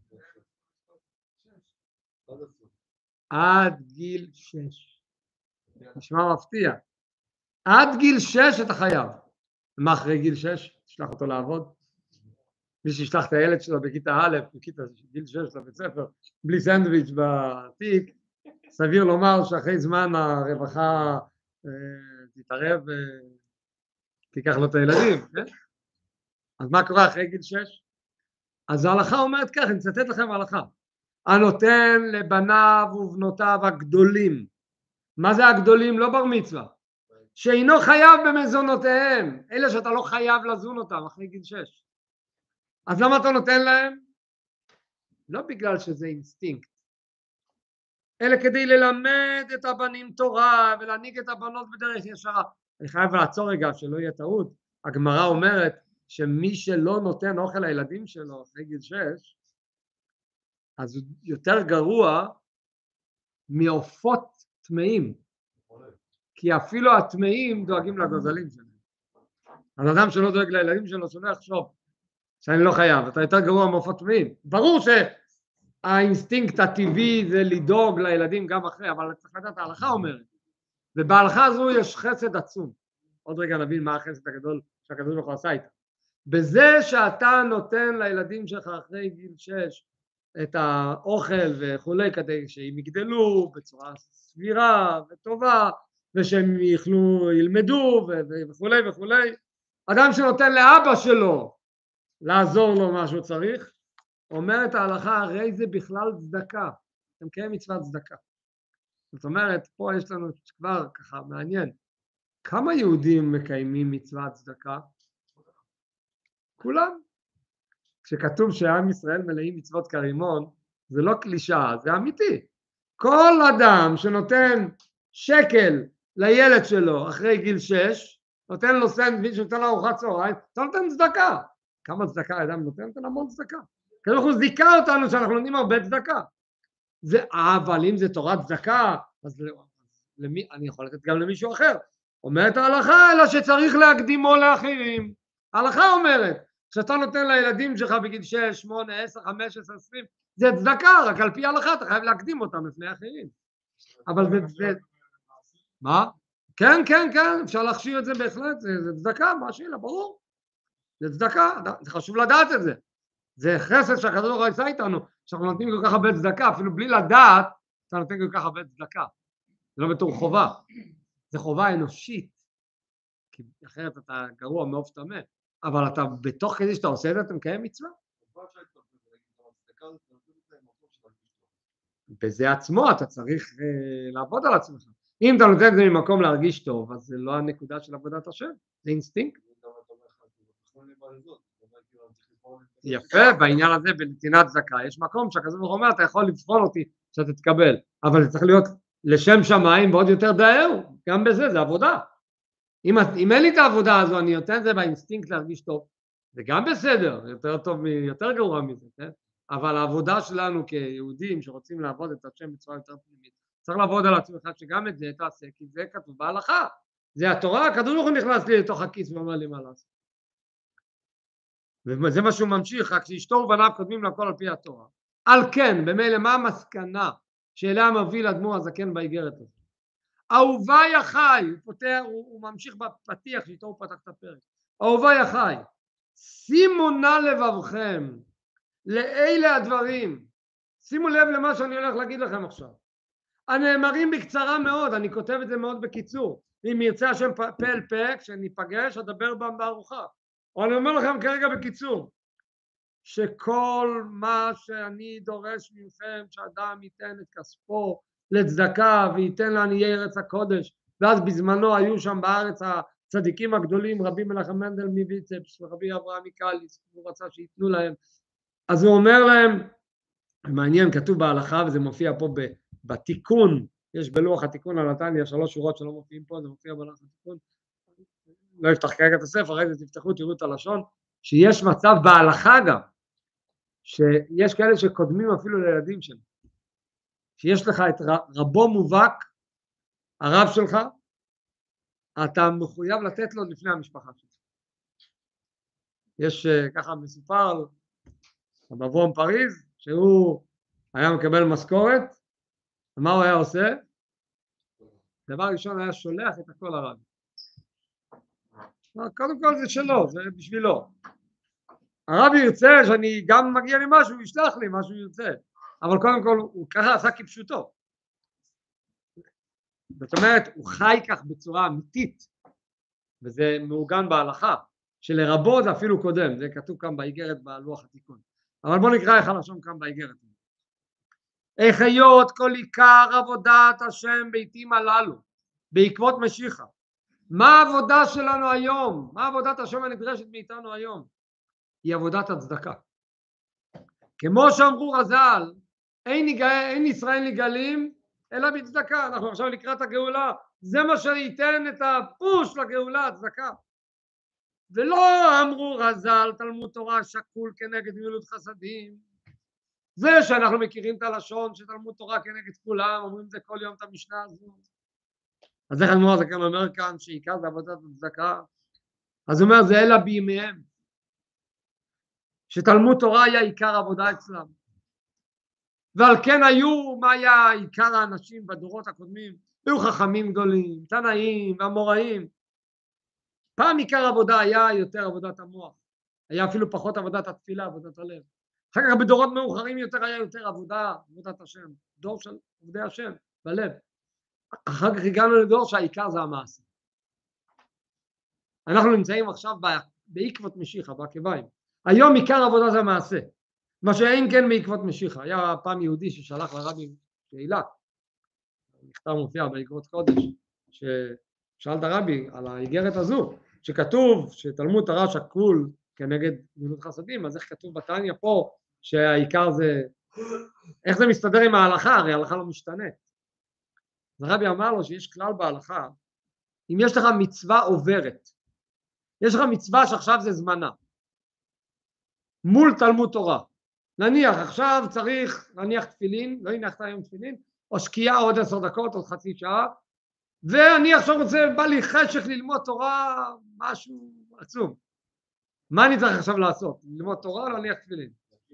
עד גיל 6. נשמע מפתיע. עד גיל 6 אתה חייב. מה אחרי גיל 6? תשלח אותו לעבוד. מי שישלח את הילד שלו בכיתה א', בכיתה גיל 6 לבית ספר, בלי סנדוויץ' בתיק, סביר לומר שאחרי זמן הרווחה תתערב ותיקח לו את הילדים, כן? אז מה קורה אחרי גיל 6? אז ההלכה אומרת כך, אני אצטט לכם ההלכה. הנותן לבניו ובנותיו הגדולים. מה זה הגדולים? לא בר מצווה. שאינו חייב במזונותיהם. אלה שאתה לא חייב לזון אותם אחרי גיל 6. אז למה אתה נותן להם? לא בגלל שזה אינסטינקט, אלא כדי ללמד את הבנים תורה ולהנהיג את הבנות בדרך ישרה. אני חייב לעצור רגע שלא יהיה טעות. הגמרא אומרת שמי שלא נותן אוכל לילדים שלו אחרי גיל 6, אז הוא יותר גרוע מעופות טמאים, כי אפילו הטמאים דואגים לגוזלים שלהם. אז אדם שלא דואג לילדים שלו שלא יחשוב שאני לא חייב, אתה יותר גרוע מעופות טמאים. ברור שהאינסטינקט הטבעי זה לדאוג לילדים גם אחרי, אבל צריך לדעת, ההלכה אומרת, ובהלכה הזו יש חסד עצום. עוד רגע נבין מה החסד הגדול שהקדוש ברוך הוא עשה איתה. בזה שאתה נותן לילדים שלך אחרי גיל 6 את האוכל וכולי, כדי שהם יגדלו בצורה סבירה וטובה, ושהם ילמדו וכולי וכולי. אדם שנותן לאבא שלו לעזור לו מה שהוא צריך, אומרת ההלכה, הרי זה בכלל צדקה. אתם מקיים מצוות צדקה. זאת אומרת, פה יש לנו כבר ככה מעניין. כמה יהודים מקיימים מצוות צדקה? כולם. כשכתוב שעם ישראל מלאים מצוות כרימון, זה לא קלישאה, זה אמיתי. כל אדם שנותן שקל לילד שלו אחרי גיל 6, נותן לו סנדוויץ', נותן לו ארוחת צהריים, אתה נותן צדקה. כמה צדקה האדם נותן? נותן המון צדקה. כי אנחנו זיכה אותנו שאנחנו נותנים הרבה צדקה. אבל אם זה תורת צדקה, אז למי, אני יכול לתת גם למישהו אחר. אומרת ההלכה, אלא שצריך להקדימו לאחרים. ההלכה אומרת, כשאתה נותן לילדים שלך בגיל 6, 8, 10, 15, 20, זה צדקה, רק על פי ההלכה אתה חייב להקדים אותם לפני אחרים. אבל זה... מה? כן, כן, כן, אפשר להכשיר את זה בהחלט, זה צדקה, מה שאלה, ברור. זה צדקה, זה חשוב לדעת את זה. זה חסד שהקדוש ברוך הוא עשה איתנו, שאנחנו נותנים כל כך הרבה צדקה, אפילו בלי לדעת, אתה נותן כל כך הרבה צדקה. זה לא בתור חובה, זה חובה אנושית, כי אחרת אתה גרוע מעוף טמא, אבל אתה בתוך כדי שאתה עושה את זה, אתה מקיים מצווה. בזה עצמו אתה צריך לעבוד על עצמך. אם אתה נותן את זה ממקום להרגיש טוב, אז זה לא הנקודה של עבודת השם, זה אינסטינקט. יפה, בעניין הזה בנתינת צדקה יש מקום שהקדוש ברוך הוא אומר, אתה יכול לבחון אותי שאתה תתקבל, אבל זה צריך להיות לשם שמיים ועוד יותר דהר, גם בזה, זה עבודה. אם אין לי את העבודה הזו, אני נותן את זה באינסטינקט להרגיש טוב, זה גם בסדר, יותר טוב, יותר גרוע מזה, כן? אבל העבודה שלנו כיהודים שרוצים לעבוד את השם בצורה יותר פנימית, צריך לעבוד על עצמך שגם את זה תעשה, כי זה כתוב בהלכה, זה התורה, הקדוש ברוך הוא נכנס לי לתוך הכיס ואומר לי מה לעשות. וזה מה שהוא ממשיך, רק שאשתו ובניו קודמים לכל על פי התורה. על כן, במילא מה המסקנה שאליה מביא לאדמו"ר הזקן באיגרת הזאת? אהוביי אחי, הוא ממשיך בפתיח שאיתו הוא פתח את הפרק. אהוביי אחי, שימו נא לבבכם לאלה הדברים, שימו לב למה שאני הולך להגיד לכם עכשיו. הנאמרים בקצרה מאוד, אני כותב את זה מאוד בקיצור. אם ירצה השם פה אל פה, כשניפגש אדבר בם בארוחה. אבל אני אומר לכם כרגע בקיצור, שכל מה שאני דורש מכם, שאדם ייתן את כספו לצדקה וייתן לעניי ארץ הקודש, ואז בזמנו היו שם בארץ הצדיקים הגדולים, רבי מנחם מנדל מוויצ"פ ורבי אברהם מקאליס, הוא רצה שיתנו להם, אז הוא אומר להם, מעניין, כתוב בהלכה וזה מופיע פה בתיקון, יש בלוח התיקון על התניא 3 שורות שלא מופיעים פה, זה מופיע בלוח התיקון, לא יפתח כרגע את הספר, אחרי זה תפתחו תראו את הלשון, שיש מצב בהלכה גם, שיש כאלה שקודמים אפילו לילדים שלהם, שיש לך את רבו מובהק, הרב שלך, אתה מחויב לתת לו לפני המשפחה שלך. יש ככה מסופר במבוא פריז, שהוא היה מקבל משכורת, ומה הוא היה עושה? דבר ראשון היה שולח את הכל לרב. קודם כל זה שלו, זה בשבילו. הרב ירצה שאני גם מגיע לי משהו, הוא ישלח לי משהו ירצה. אבל קודם כל הוא ככה עשה כפשוטו. זאת אומרת, הוא חי כך בצורה אמיתית, וזה מעוגן בהלכה, שלרבות אפילו קודם, זה כתוב כאן באיגרת בלוח התיקון. אבל בוא נקרא איך הלשון כאן באיגרת. איך היות כל עיקר עבודת השם בעתים הללו, בעקבות משיחה. מה העבודה שלנו היום? מה עבודת השם הנדרשת מאיתנו היום? היא עבודת הצדקה. כמו שאמרו רז"ל, אין ישראל נגאלים אלא בצדקה. אנחנו עכשיו לקראת הגאולה, זה מה שייתן את הפוש לגאולה, הצדקה. ולא אמרו רז"ל תלמוד תורה שקול כנגד גמילות חסדים. זה שאנחנו מכירים את הלשון שתלמוד תורה כנגד כולם, אומרים זה כל יום את המשנה הזו. אז איך אמרו, זה כאן אומר כאן שעיקר זה עבודת הצדקה. אז הוא אומר זה אלא בימיהם, שתלמוד תורה היה עיקר עבודה אצלם. ועל כן היו, מה היה עיקר האנשים בדורות הקודמים? היו חכמים גדולים, תנאים ואמוראים. פעם עיקר עבודה היה יותר עבודת המוח, היה אפילו פחות עבודת התפילה, עבודת הלב. אחר כך בדורות מאוחרים יותר היה יותר עבודת השם, דור של עובדי השם בלב. אחר כך הגענו לדור שהעיקר זה המעשה. אנחנו נמצאים עכשיו בעקבות משיחה, בעקביים. היום עיקר עבודה זה המעשה, מה שאין כן בעקבות משיחה. היה פעם יהודי ששלח לרבי קהילה, מכתב מופיע בעקבות קודש, ששאל את הרבי על האיגרת הזו, שכתוב שתלמוד תורה שקול כנגד גמילות חסדים, אז איך כתוב בתניא פה שהעיקר זה, איך זה מסתדר עם ההלכה? הרי ההלכה לא משתנה. אז הרבי אמר לו שיש כלל בהלכה, אם יש לך מצווה עוברת, יש לך מצווה שעכשיו זה זמנה, מול תלמוד תורה, נניח עכשיו צריך להניח תפילין, לא הנחת היום תפילין, או שקיעה עוד 10 דקות, עוד חצי שעה, ואני עכשיו רוצה, בא לי חשך ללמוד תורה, משהו עצום. מה אני צריך עכשיו לעשות? ללמוד תורה או להניח תפילין?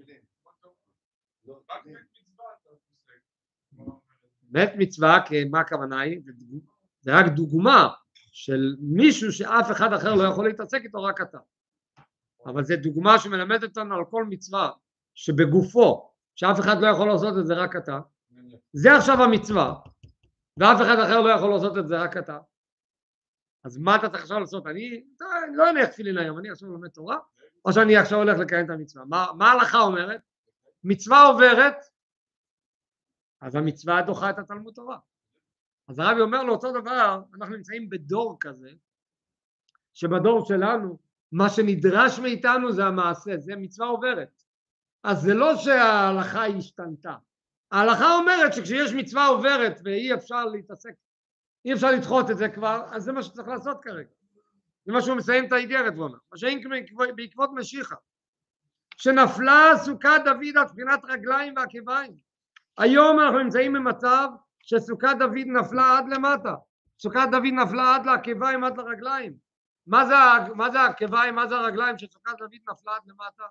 בית מצווה, מה הכוונה היא? זה רק דוגמה של מישהו שאף אחד אחר לא יכול להתעסק איתו, רק אתה. אבל זה דוגמה שמלמדת אותנו על כל מצווה שבגופו, שאף אחד לא יכול לעשות את זה, רק אתה. זה עכשיו המצווה, ואף אחד אחר לא יכול לעשות את זה, רק אתה. אז מה אתה צריך עכשיו לעשות? אני לא אניח תפילין היום, אני עכשיו לומד תורה, או שאני עכשיו הולך לקיים את המצווה. מה ההלכה אומרת? מצווה עוברת, אז המצווה דוחה את התלמוד תורה. אז הרבי אומר לו אותו דבר, אנחנו נמצאים בדור כזה, שבדור שלנו, מה שנדרש מאיתנו זה המעשה, זה מצווה עוברת. אז זה לא שההלכה השתנתה. ההלכה אומרת שכשיש מצווה עוברת ואי אפשר להתעסק, אי אפשר לדחות את זה כבר, אז זה מה שצריך לעשות כרגע. זה מה שהוא מסיים את האיגרת ואומר. מה שאין בעקבות משיחה, שנפלה סוכת דוד על בחינת רגליים ועקביים. היום אנחנו נמצאים במצב שסוכת דוד נפלה עד למטה. סוכת דוד נפלה עד לעקביים, עד לרגליים. מה זה העקביים, מה זה הרגליים שסוכת דוד נפלה עד למטה?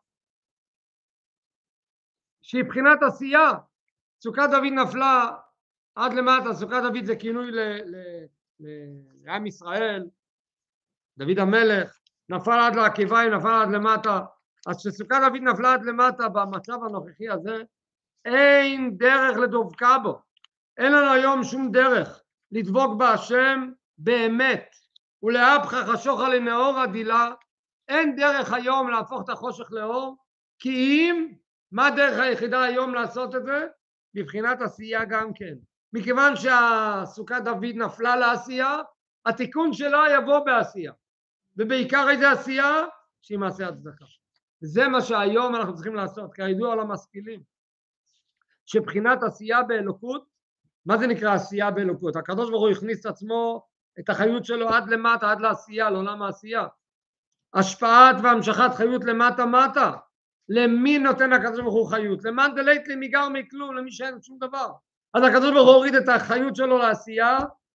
שהיא בחינת עשייה. סוכת דוד נפלה עד למטה, סוכת דוד זה כינוי לעם ישראל, דוד המלך, נפל עד לעקביים, נפל עד למטה. אז כשסוכת דוד נפלה עד למטה במצב הנוכחי הזה, אין דרך לדבקה בו. אין לנו היום שום דרך לדבוק בהשם באמת, ולהפך חשוך לנאור עדילה. אין דרך היום להפוך את החושך לאור, כי אם, מה הדרך היחידה היום לעשות את זה? בבחינת עשייה גם כן. מכיוון שהסוכת דוד נפלה לעשייה, התיקון שלה יבוא בעשייה. ובעיקר איזה עשייה? שהיא מעשה הצדקה. זה מה שהיום אנחנו צריכים לעשות, כידוע למשכילים. שבחינת עשייה באלוקות, מה זה נקרא עשייה באלוקות? הקדוש ברוך הוא הכניס את עצמו, את החיות שלו עד למטה, עד לעשייה, לעולם העשייה. השפעת והמשכת חיות למטה מטה. למי נותן הקדוש ברוך הוא חיות? למאן דלית לי מגר מכלום, למי שאין שום דבר. אז הקדוש ברוך הוא הוריד את החיות שלו לעשייה,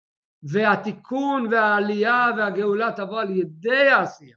והתיקון והעלייה והגאולה תבוא על ידי העשייה.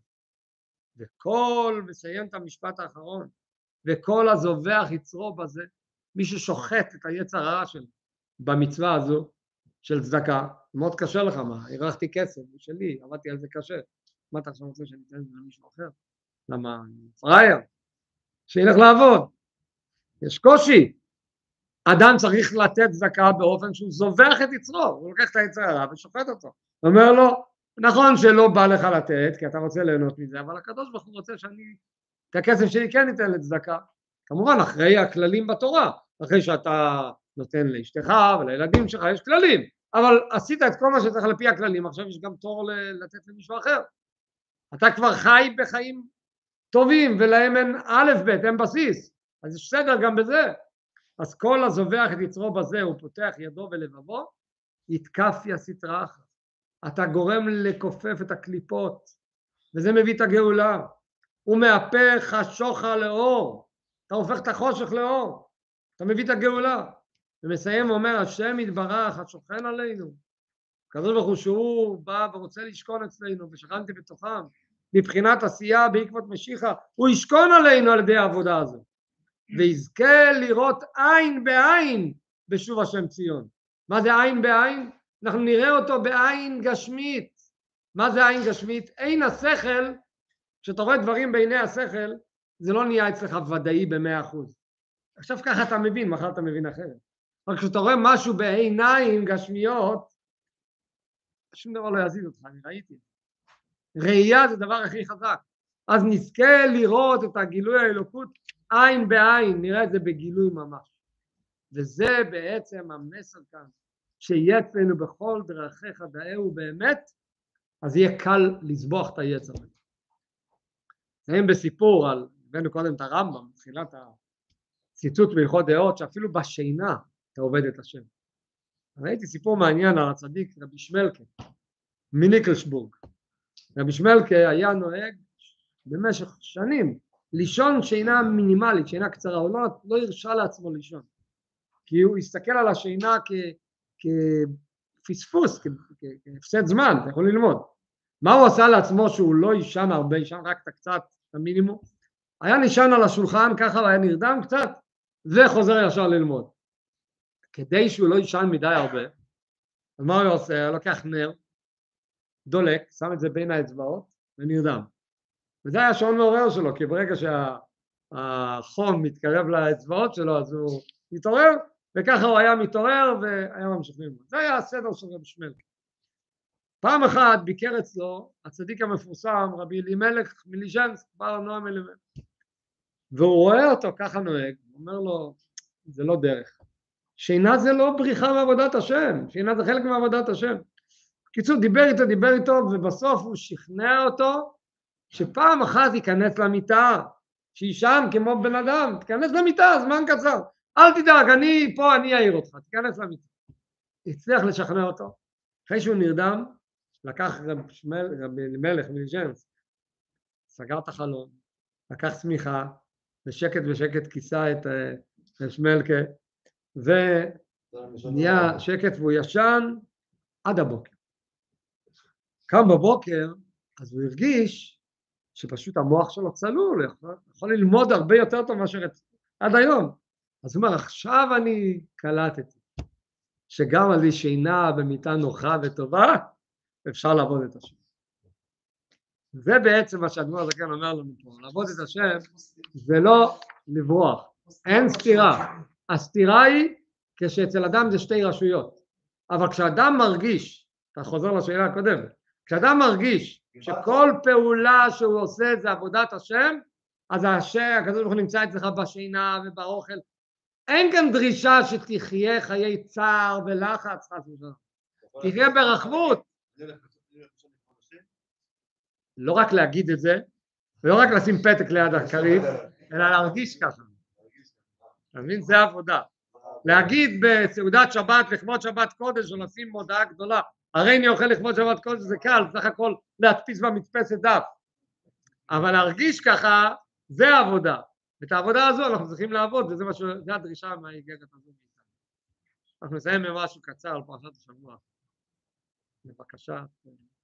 מסיים את המשפט האחרון, וכל הזובח יצרו בזה, מי ששוחט את היצר הרע שלו במצווה הזו של צדקה, מאוד קשה לך, מה? הרחתי כסף, זה שלי, עבדתי על זה קשה. מה אתה עכשיו רוצה שאני אתן את זה למישהו אחר? למה? פראייר, שילך לעבוד. יש קושי. אדם צריך לתת צדקה באופן שהוא זובח את יצרו, הוא לוקח את היצר הרע ושוחט אותו. הוא אומר לו, נכון שלא בא לך לתת, כי אתה רוצה ליהנות מזה, אבל הקדוש ברוך הוא רוצה שאני, את הכסף שלי כן ניתן לצדקה. כמובן, אחרי הכללים בתורה, אחרי שאתה נותן לאשתך ולילדים שלך, יש כללים, אבל עשית את כל מה שצריך לפי הכללים, עכשיו יש גם תור לתת למישהו אחר. אתה כבר חי בחיים טובים, ולהם אין א' ב', אין בסיס, אז יש סדר גם בזה. אז כל הזובח את יצרו בזה, הוא פותח ידו ולבבו, יתקף יסתרה אחת. אתה גורם לכופף את הקליפות, וזה מביא את הגאולה. הוא מהפך חשוכה לאור, אתה הופך את החושך לאור, אתה מביא את הגאולה. ומסיים ואומר, השם יתברך, השוכן עלינו. הקדוש ברוך הוא שהוא בא ורוצה לשכון אצלנו, ושכנתי בתוכם, מבחינת עשייה בעקבות משיחה, הוא ישכון עלינו על ידי העבודה הזו. ויזכה לראות עין בעין בשוב השם ציון. מה זה עין בעין? אנחנו נראה אותו בעין גשמית. מה זה עין גשמית? עין השכל, כשאתה רואה דברים בעיני השכל, זה לא נהיה אצלך ודאי ב100%. עכשיו ככה אתה מבין, מחר אתה מבין אחרת. אבל כשאתה רואה משהו בעיניים גשמיות, שום דבר לא יזיז אותך, אני ראיתי. ראייה זה דבר הכי חזק. אז נזכה לראות את הגילוי האלוקות עין בעין, נראה את זה בגילוי ממש. וזה בעצם המסר כאן, שיהיה אצלנו בכל דרכיך דאהו באמת, אז יהיה קל לסבוח את היצר. נסיים בסיפור על, הבאנו קודם את הרמב"ם, בתחילת הציטוט בהלכות דעות, שאפילו בשינה אתה עובד את השם. ראיתי סיפור מעניין על הצדיק רבי שמלקה, מניקלשבורג. רבי שמלקה היה נוהג במשך שנים, לישון שינה מינימלית, שינה קצרה, הוא לא הרשה לעצמו לישון, כי הוא הסתכל על השינה כפספוס, כהפסד זמן, אתה יכול ללמוד. מה הוא עשה לעצמו שהוא לא ישן הרבה, ישן רק את הקצת, את המינימום? היה נשען על השולחן ככה והיה נרדם קצת, וחוזר ישר ללמוד. כדי שהוא לא ישן מדי הרבה, אז מה הוא עושה? לוקח נר, דולק, שם את זה בין האצבעות ונרדם. וזה היה שעון מעורר שלו, כי ברגע שהחום מתקרב לאצבעות שלו, אז הוא מתעורר, וככה הוא היה מתעורר והיה ממשיך ללמוד. זה היה הסדר של רבי שמלקה. פעם אחת ביקר אצלו הצדיק המפורסם, רבי אלימלך מליז'נסק, בר נועם אלימלך. והוא רואה אותו ככה נוהג, הוא אומר לו, זה לא דרך. שינה זה לא בריחה מעבודת השם, שינה זה חלק מעבודת השם. בקיצור, דיבר איתו, ובסוף הוא שכנע אותו, שפעם אחת ייכנס למיטה, שישן כמו בן אדם, תיכנס למיטה, זמן קצר. אל תדאג, אני פה, אני אעיר אותך, תיכנס למיטה. הצליח לשכנע אותו. אחרי שהוא נרדם, לקח רבי אלימלך מליז'נסק, סגר את החלון, לקח צמיחה, בשקט כיסה את שמלקה, ונהיה שקט והוא ישן עד הבוקר. קם בבוקר, אז הוא הרגיש שפשוט המוח שלו צלול, יכול ללמוד הרבה יותר טוב מאשר עד היום. אז הוא אומר, עכשיו אני קלטתי, שגם על שינה במיטה נוחה וטובה, אפשר לעבוד את השם. זה בעצם מה שהאדמו"ר הזקן אומר לנו פה, לעבוד את השם זה לא לברוח, אין סתירה. הסתירה היא כשאצל אדם זה שתי רשויות, אבל כשאדם מרגיש, אתה חוזר לשאלה הקודמת, כשאדם מרגיש שכל פעולה שהוא עושה זה עבודת השם, אז הקדוש ברוך הוא נמצא אצלך בשינה ובאוכל, אין כאן דרישה שתחיה חיי צער ולחץ, תחיה ברחבות. לא רק להגיד את זה, ולא רק לשים פתק ליד הכרית, אלא להרגיש ככה. אתה מבין? זה עבודה. להגיד בסעודת שבת, לכבוד שבת קודש, או לשים מודעה גדולה, הרי אני אוכל לכבוד שבת קודש, זה קל, סך הכל להדפיס במדפסת דף. אבל להרגיש ככה, זה עבודה. את העבודה הזו אנחנו צריכים לעבוד, וזה זה הדרישה מהאיגרת הזו מאיתנו. אנחנו נסיים במשהו קצר על פרשת השבוע. בבקשה.